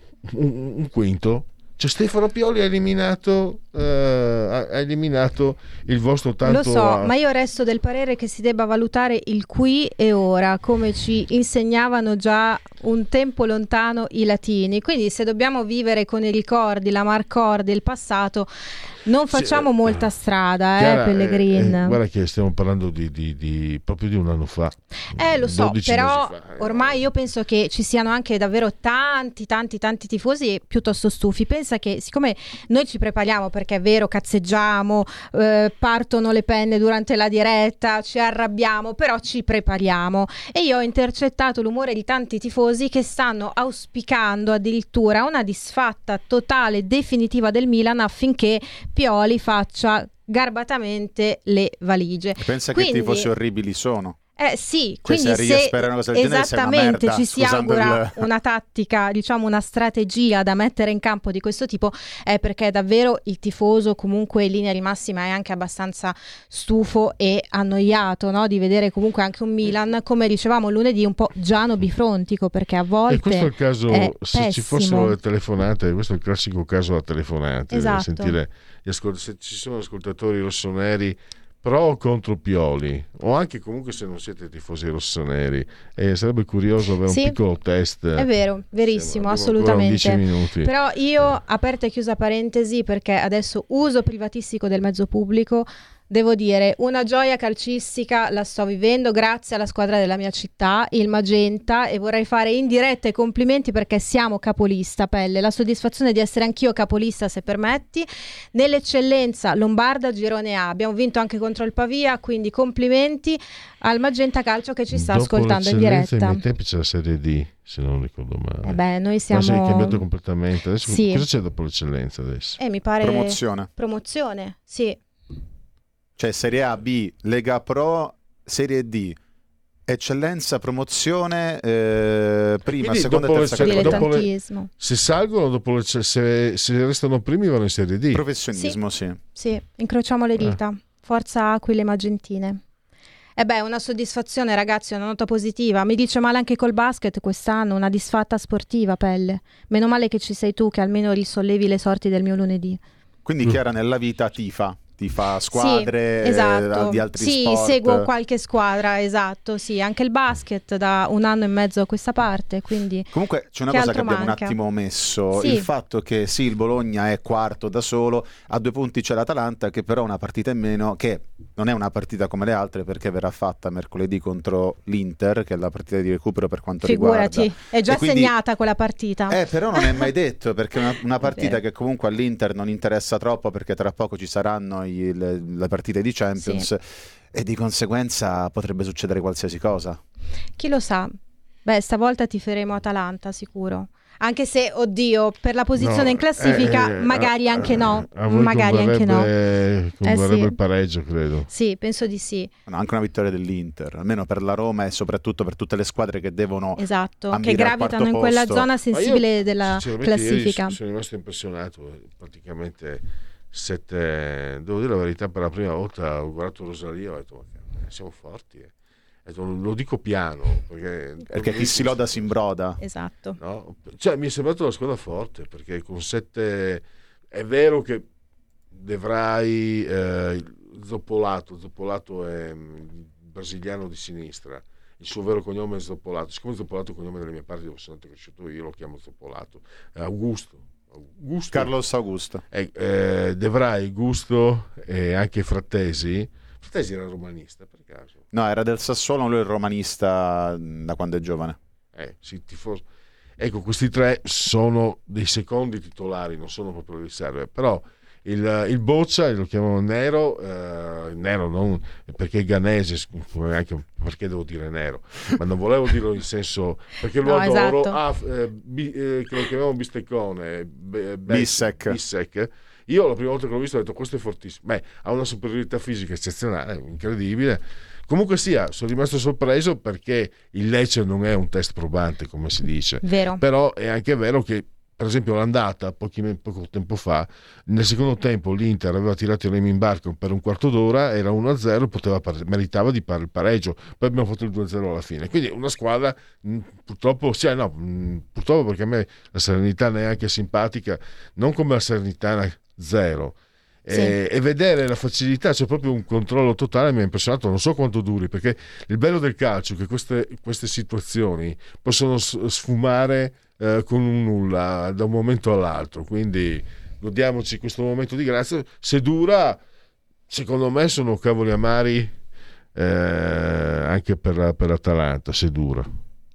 un, un quinto. Cioè Stefano Pioli ha eliminato, eh, ha eliminato il vostro tanto... Lo so, a- ma io resto del parere che si debba valutare il qui e ora, come ci insegnavano già un tempo lontano i latini. Quindi se dobbiamo vivere con i ricordi, la marcordia, il passato, non Sì, facciamo eh, molta strada, Chiara, eh, Pellegrin. eh, eh, guarda che stiamo parlando di, di, di proprio di un anno fa. Eh, lo so, dodici però mesi fa, eh. ormai io penso che ci siano anche davvero tanti, tanti, tanti tifosi piuttosto stufi. Pensa che siccome noi ci prepariamo, perché è vero, cazzeggiamo, eh, partono le penne durante la diretta, ci arrabbiamo, però ci prepariamo. E io ho intercettato l'umore di tanti tifosi che stanno auspicando addirittura una disfatta totale, definitiva del Milan affinché Pioli faccia garbatamente le valigie. Pensa Quindi- che tifosi orribili sono. Eh sì, Cioè, quindi se se, arrivi a sperare una cosa del genere, sei una esattamente merda, ci si scusando augura il- una tattica, diciamo una strategia da mettere in campo di questo tipo, è perché davvero il tifoso comunque in linea di massima è anche abbastanza stufo e annoiato, no? Di vedere comunque anche un Milan, come dicevamo lunedì, un po' Giano bifrontico, perché a volte E questo è il caso, è se ci pessimo. fossero le telefonate, questo è il classico caso della telefonata, Esatto. sentire gli ascol- se ci sono ascoltatori rossoneri pro o contro Pioli, o anche comunque se non siete tifosi rossoneri, e sarebbe curioso avere Sì, un piccolo test. è vero, verissimo, Abbiamo ancora undici assolutamente. minuti. Però io, aperta e chiusa parentesi, perché adesso uso privatistico del mezzo pubblico, devo dire, una gioia calcistica la sto vivendo grazie alla squadra della mia città, il Magenta, e vorrei fare in diretta i complimenti perché siamo capolista, Pelle, la soddisfazione di essere anch'io capolista, se permetti, nell'eccellenza lombarda girone A. Abbiamo vinto anche contro il Pavia, quindi complimenti al Magenta Calcio che ci sta Dopo ascoltando in l'eccellenza, diretta. ai miei tempi c'è la Serie D, se non ricordo male. Eh beh, noi Ma siamo... si è cambiato completamente. Adesso Sì. cosa c'è dopo l'eccellenza adesso? Eh, mi pare... Promozione. Promozione, sì. Cioè Serie A, B, Lega Pro, Serie D, eccellenza, promozione, eh, prima, Quindi seconda e dopo terza le- categoria. dopo le- Dilettantismo. Se salgono dopo le- se, se restano primi vanno in Serie D. Professionismo, sì. Sì, incrociamo le dita. Forza Aquile Magentine. E beh, una soddisfazione, ragazzi, una nota positiva. Mi dice male anche col basket quest'anno, una disfatta sportiva, Pelle. Meno male che ci sei tu, che almeno risollevi le sorti del mio lunedì. Quindi Chiara nella vita tifa, tifa squadre Sì, esatto. eh, di altri sì, sport. seguo qualche squadra, esatto, sì, anche il basket da un anno e mezzo a questa parte, quindi Comunque c'è una Che cosa che altro abbiamo manca? un attimo omesso, Sì. il fatto che sì, il Bologna è quarto da solo, a due punti c'è l'Atalanta che però ha una partita in meno, che non è una partita come le altre perché verrà fatta mercoledì contro l'Inter, che è la partita di recupero per quanto figurati, riguarda. è già E quindi- segnata quella partita. Eh, però non è mai detto, perché è una, una partita vero. che comunque all'Inter non interessa troppo, perché tra poco ci saranno i- le, le partite di Champions e di conseguenza potrebbe succedere qualsiasi cosa. Chi lo sa? Beh, stavolta tiferemo Atalanta, sicuro. Anche se, oddio, per la posizione No, in classifica, eh, magari eh, anche no. A voi Magari anche no. converrebbe- converrebbe Eh sì. il pareggio, credo. Sì, penso di sì. No, anche una vittoria dell'Inter, almeno per la Roma e soprattutto per tutte le squadre che devono Esatto, che ambire al gravitano quarto in quella posto. zona Ma sensibile io, della sinceramente, classifica. ieri sono rimasto impressionato. Praticamente sette, devo dire la verità, per la prima volta ho guardato Rosalia e ho detto: ma cavolo, siamo forti. eh." Ho detto, lo dico piano perché, perché chi si loda si imbroda. Esatto. no? Cioè, mi è sembrato una squadra forte perché con sette è vero che Devrai, eh, Zoppolato, Zoppolato è mm, brasiliano di sinistra, il suo vero cognome è Zoppolato, siccome Zoppolato è il cognome delle mie parti dove sono cresciuto io, lo chiamo Zoppolato. È Augusto, Augusto Carlos Augusto. eh, eh, Devrai, Gusto e anche Frattesi. Frattesi era romanista per caso? No, era del Sassuolo, lui è il romanista da quando è giovane. Eh, sì, tifoso. Ecco, questi tre sono dei secondi titolari, non sono proprio riserve, però il, il Boccia, lo chiamano Nero, eh, Nero non perché è ghanese, anche perché devo dire Nero, ma non volevo dirlo in senso perché lo No, adoro, esatto. ah, eh, bi- eh, che lo chiamiamo Bisteccone, Be- Be- Bissek. Bissek. Io la prima volta che l'ho visto ho detto questo è fortissimo, beh, ha una superiorità fisica eccezionale, incredibile. Comunque sia, sono rimasto sorpreso perché il Lecce non è un test probante, come si dice. Vero. Però è anche vero che, per esempio, l'andata, pochi, poco tempo fa, nel secondo tempo l'Inter aveva tirato i remi in barco per un quarto d'ora, era uno a zero, poteva, meritava di fare il pareggio, poi abbiamo fatto il due a zero alla fine. Quindi una squadra, mh, purtroppo, sì, no, mh, purtroppo perché a me la Serenità non è neanche simpatica, non come la Serenità zero. Sì. E, e vedere la facilità, c'è proprio un controllo totale, mi ha impressionato, non so quanto duri, perché il bello del calcio è che queste, queste situazioni possono sfumare eh, con un nulla da un momento all'altro, quindi godiamoci questo momento di grazia. Se dura, secondo me sono cavoli amari eh, anche per, per Atalanta, se dura,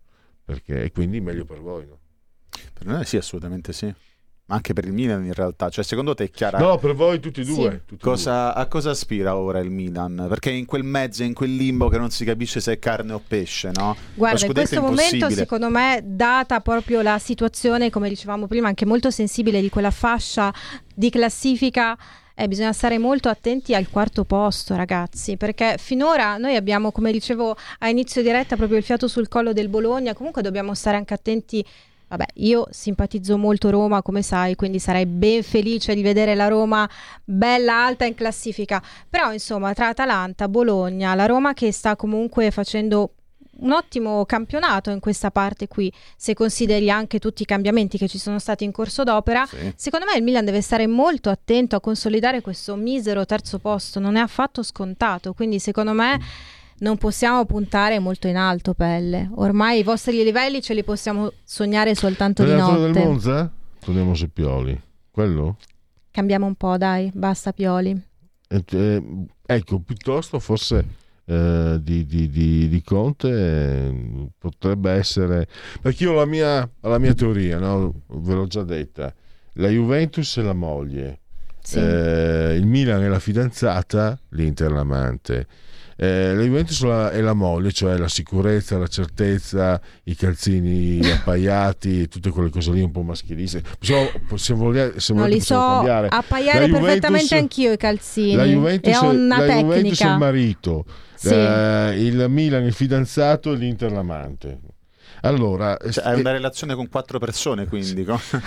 perché e quindi meglio per voi, no? Per noi sì, assolutamente sì. Ma anche per il Milan in realtà. Cioè, secondo te, Chiara, No, per voi tutti e Sì. due. tutti e cosa, a cosa aspira ora il Milan? Perché è in quel mezzo, è in quel limbo che non si capisce se è carne o pesce, no? Guarda, Lo in scudetto questo è momento impossibile. secondo me, data proprio la situazione, come dicevamo prima, anche molto sensibile di quella fascia di classifica, Eh, bisogna stare molto attenti al quarto posto, ragazzi, perché finora noi abbiamo, come dicevo a inizio diretta, proprio il fiato sul collo del Bologna. Comunque dobbiamo stare anche attenti. Vabbè, io simpatizzo molto Roma, come sai, quindi sarei ben felice di vedere la Roma bella alta in classifica. Però, insomma, tra Atalanta, Bologna, la Roma che sta comunque facendo un ottimo campionato in questa parte qui, se consideri anche tutti i cambiamenti che ci sono stati in corso d'opera, sì. Secondo me il Milan deve stare molto attento a consolidare questo misero terzo posto, non è affatto scontato, quindi secondo me non possiamo puntare molto in alto, Pelle, ormai i vostri livelli ce li possiamo sognare soltanto di notte. Del Monza? Torniamo su Pioli, quello? Cambiamo un po', dai, basta Pioli. Eh, eh, ecco, piuttosto forse Eh, di, di, di, di Conte eh, potrebbe essere, perché io ho la mia, la mia teoria, no? Ve l'ho già detta, la Juventus è la moglie, sì. eh, il Milan è la fidanzata, l'Inter l'amante. Eh, la Juventus è la moglie, cioè la sicurezza, la certezza, i calzini appaiati, tutte quelle cose lì un po' maschiliste. Possiamo, se vogliamo, se non li so cambiare. Appaiare Juventus, perfettamente anch'io i calzini. La Juventus, e ho una la tecnica. Juventus è il marito, sì. eh, il Milan il fidanzato e l'Inter l'amante. Allora, cioè, è una relazione con quattro persone, quindi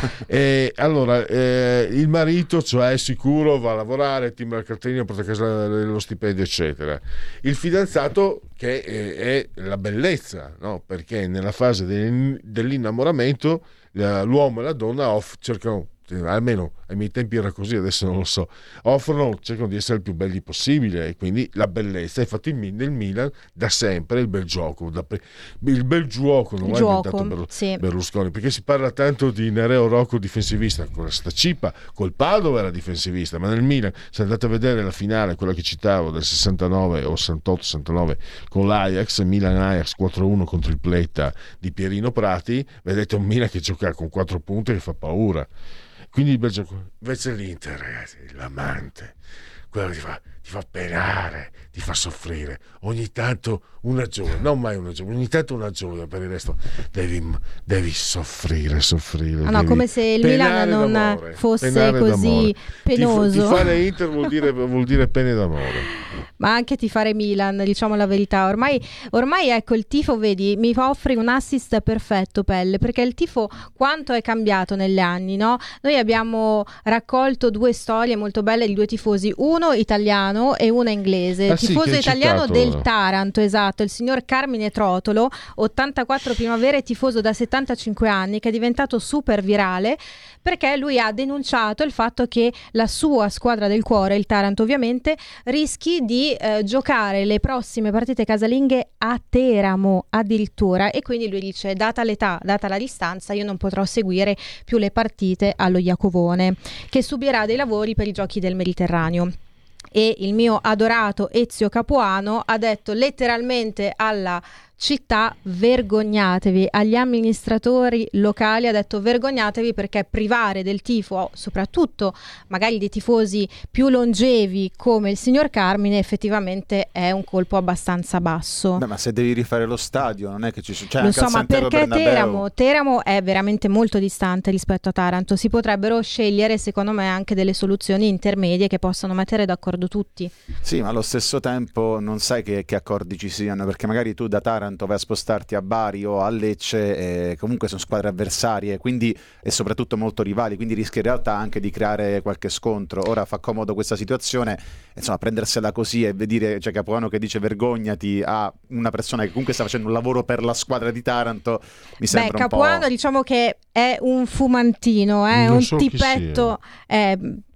e allora eh, il marito, cioè, è sicuro, va a lavorare, timbra il cartellino, porta a casa lo stipendio, eccetera. Il fidanzato che è, è la bellezza, no? Perché nella fase del, dell'innamoramento l'uomo e la donna off, cercano, almeno ai miei tempi era così, adesso non lo so, offrono, cercano di essere il più belli possibile, e quindi la bellezza. Infatti nel Milan da sempre il bel gioco, da, il bel gioco non l'ha inventato Berlu- sì. Berlusconi, perché si parla tanto di Nereo Rocco difensivista, con la Stacipa, col Padova era difensivista, ma nel Milan, se andate a vedere la finale, quella che citavo del sessantanove o sessantotto sessantanove con l'Ajax, Milan-Ajax quattro a uno contro il Pletta di Pierino Prati, vedete un Milan che gioca con quattro punti che fa paura. Quindi il bel gioco. Invece l'Inter, ragazzi, l'amante, quello ti fa, ti fa penare, ti fa soffrire. Ogni tanto una gioia, non mai una gioia, ogni tanto una gioia, per il resto devi, devi soffrire, soffrire. Ah no, come se il Milan non d'amore, fosse così penoso. Ti, ti fare Inter vuol dire, vuol dire pene d'amore. Ma anche tifare Milan, diciamo la verità. Ormai, ormai ecco, il tifo, vedi, mi offri un assist perfetto, Pelle, perché il tifo quanto è cambiato negli anni, no? Noi abbiamo raccolto due storie molto belle di due tifosi, uno italiano e una inglese. Ah, il tifoso sì, italiano citato, del Taranto, esatto, il signor Carmine Trotolo, ottantaquattro primavere, tifoso da settantacinque anni, che è diventato super virale perché lui ha denunciato il fatto che la sua squadra del cuore, il Taranto ovviamente, rischi di eh, giocare le prossime partite casalinghe a Teramo addirittura, e quindi lui dice, data l'età, data la distanza, io non potrò seguire più le partite allo Iacovone, che subirà dei lavori per i giochi del Mediterraneo. E il mio adorato Ezio Capuano ha detto letteralmente alla città: vergognatevi, agli amministratori locali ha detto vergognatevi, perché privare del tifo, soprattutto magari dei tifosi più longevi come il signor Carmine, effettivamente è un colpo abbastanza basso. Beh, ma se devi rifare lo stadio non è che ci sono, cioè, lo anche so, al ma Santiago perché Bernabéu. Teramo, Teramo è veramente molto distante rispetto a Taranto, si potrebbero scegliere secondo me anche delle soluzioni intermedie che possano mettere d'accordo tutti. Sì, ma allo stesso tempo non sai che, che accordi ci siano, perché magari tu da Taranto vai a spostarti a Bari o a Lecce, e comunque sono squadre avversarie, quindi, e soprattutto molto rivali, quindi rischi in realtà anche di creare qualche scontro. Ora fa comodo questa situazione, insomma, prendersela così e vedere, cioè, Capuano che dice vergognati a una persona che comunque sta facendo un lavoro per la squadra di Taranto, mi sembra Beh, un Capuano po'... diciamo che è un fumantino, è Non un so chi tipetto, eh,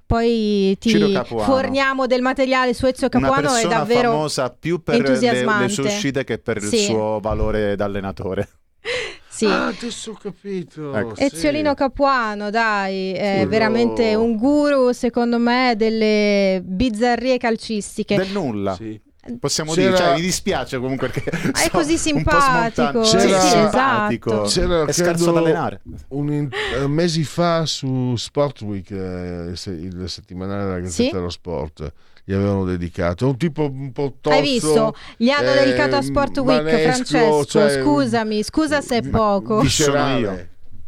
poi ti forniamo del materiale su Ezio Capuano, una è davvero famosa più per le, le sue uscite che per sì. il suo valore da allenatore. Sì. Ah, adesso ho capito. Ecco. Eziolino sì. Capuano, dai, è Quello... veramente un guru, secondo me, delle bizzarrie calcistiche. Del nulla. Sì. Possiamo C'era... dire, cioè, mi dispiace comunque perché Ma è so, così simpatico. C'era... Sì, sì, simpatico. esatto. C'era, è scarso da allenare. Un, uh, mesi fa su Sport Week, eh, il, se- il settimanale della Gazzetta Sì? dello Sport, gli avevano dedicato un tipo un po' tozzo. Hai visto? Gli hanno eh, dedicato a Sport Week, manesco, Francesco, cioè, scusami, scusa se è poco. viscerale. Sono io.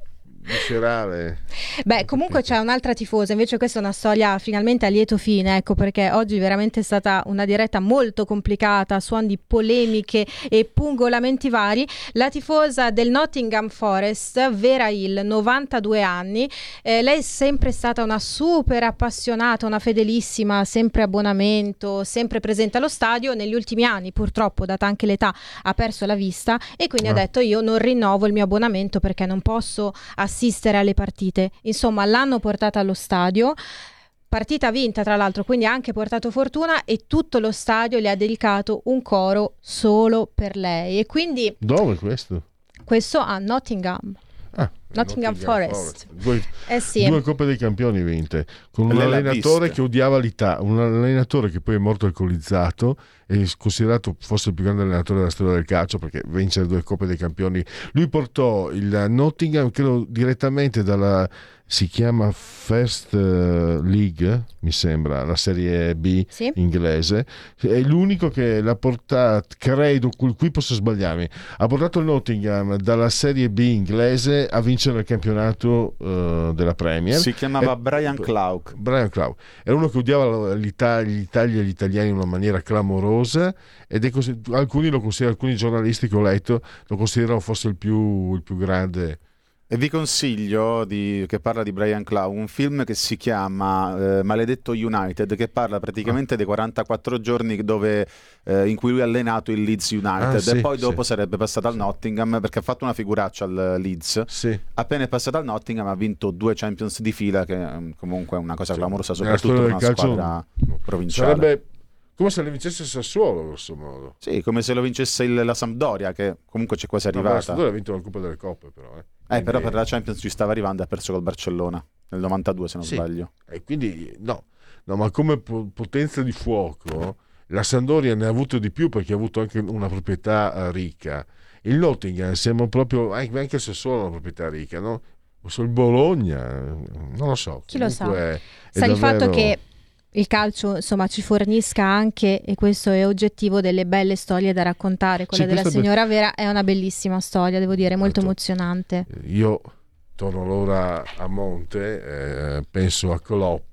viscerale. Beh, comunque c'è un'altra tifosa, invece questa è una storia finalmente a lieto fine, ecco, perché oggi veramente è stata una diretta molto complicata, suoni di polemiche e pungolamenti vari. La tifosa del Nottingham Forest, Vera Hill, novantadue anni, eh, lei è sempre stata una super appassionata, una fedelissima, sempre abbonamento, sempre presente allo stadio. Negli ultimi anni, purtroppo, data anche l'età, ha perso la vista e quindi ah. ha detto: io non rinnovo il mio abbonamento perché non posso assistere alle partite. Insomma, l'hanno portata allo stadio, partita vinta tra l'altro, quindi ha anche portato fortuna, e tutto lo stadio le ha dedicato un coro solo per lei. E quindi dove questo? Questo a Nottingham. Ah, Nottingham, Nottingham Forest, Forest. Due, eh sì. due Coppe dei Campioni vinte, con un allenatore che odiava l'Italia, un allenatore che poi è morto alcolizzato, è considerato forse il più grande allenatore della storia del calcio perché vincere due Coppe dei Campioni. Lui portò il Nottingham, credo, direttamente dalla, si chiama First League, mi sembra, la Serie B sì. inglese. È l'unico che l'ha portato, credo, qui posso sbagliarmi, ha portato il Nottingham dalla Serie B inglese a vincere il campionato uh, della Premier. Si chiamava e, Brian Clough. Brian Clough era uno che odiava l'Italia, l'Italia e gli italiani in una maniera clamorosa, ed è così, alcuni lo considerano, alcuni giornalisti che ho letto lo considerano forse il più, il più grande. E vi consiglio, di, che parla di Brian Clough, un film che si chiama eh, Maledetto United, che parla praticamente ah. dei quarantaquattro giorni dove, eh, in cui lui ha allenato il Leeds United, ah, sì, e poi dopo sì. sarebbe passato al Nottingham perché ha fatto una figuraccia al Leeds. Sì. Appena è passato al Nottingham ha vinto due Champions di fila, che comunque è una cosa sì. clamorosa, soprattutto per una calcio, squadra provinciale. Sarebbe come se le vincesse Sassuolo, grosso modo. Sì, come se lo vincesse il, la Sampdoria, che comunque c'è quasi arrivata. No, la Sampdoria ha vinto la Coppa delle Coppe, però. Eh, eh però per la Champions ci stava arrivando e ha perso col Barcellona nel novantadue, se non sì. sbaglio. E quindi, no, no, ma come po- potenza di fuoco, la Sampdoria ne ha avuto di più perché ha avuto anche una proprietà uh, ricca. Il Nottingham, siamo proprio, anche, anche se solo una proprietà ricca, no? O il Bologna, non lo so. Chi lo sa? È, Sta è il davvero... fatto che il calcio, insomma, ci fornisca anche, e questo è oggettivo, delle belle storie da raccontare. Quella sì, della signora be... Vera è una bellissima storia, devo dire, molto emozionante. Io torno allora a monte, eh, penso a Klopp,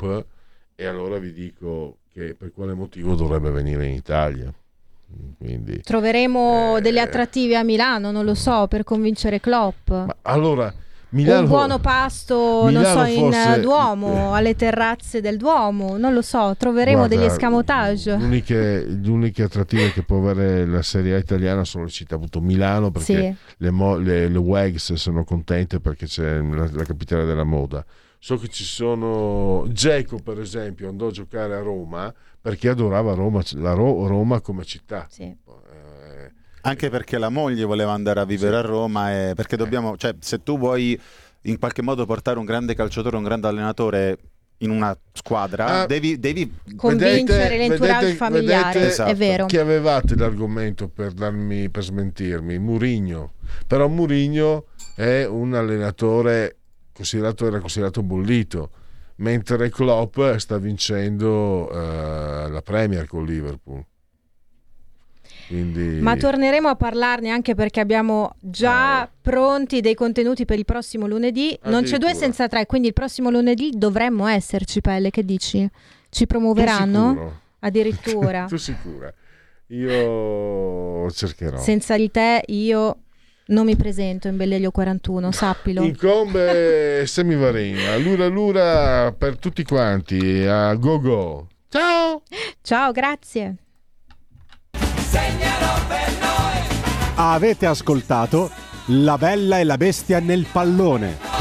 e allora vi dico che per quale motivo dovrebbe venire in Italia. Quindi, troveremo eh, delle attrattive a Milano, non lo so, per convincere Klopp. Ma allora Milano, un buono pasto, Milano non so, forse, in Duomo, alle terrazze del Duomo, non lo so, troveremo guarda, degli escamotage. Le uniche, le uniche attrattive che può avere la Serie A italiana sono le città, appunto Milano, perché sì. le, mo, le, le W E G sono contente perché c'è la, la capitale della moda. So che ci sono Dzeko, per esempio, andò a giocare a Roma perché adorava Roma, la Ro, Roma come città. Sì. Eh, Anche perché la moglie voleva andare a vivere sì. a Roma, e perché dobbiamo, cioè, se tu vuoi in qualche modo portare un grande calciatore, un grande allenatore in una squadra, ah, devi, devi convincere l'entourage familiare. Vedete, esatto. È vero. Chi avevate l'argomento per darmi, per smentirmi? Mourinho. Però Mourinho è un allenatore considerato, era considerato bollito, mentre Klopp sta vincendo uh, la Premier con Liverpool. Quindi... Ma torneremo a parlarne, anche perché abbiamo già ah. pronti dei contenuti per il prossimo lunedì. Non c'è due senza tre, quindi il prossimo lunedì dovremmo esserci, Pelle, che dici? Ci promuoveranno? Addirittura. Tu sicura? Io cercherò. Senza di te io non mi presento in Bellelio quarantuno, sappilo. Incombe Semivarina, Lura Lura per tutti quanti, a go go. Ciao! Ciao, grazie. Avete ascoltato La Bella e la Bestia nel pallone.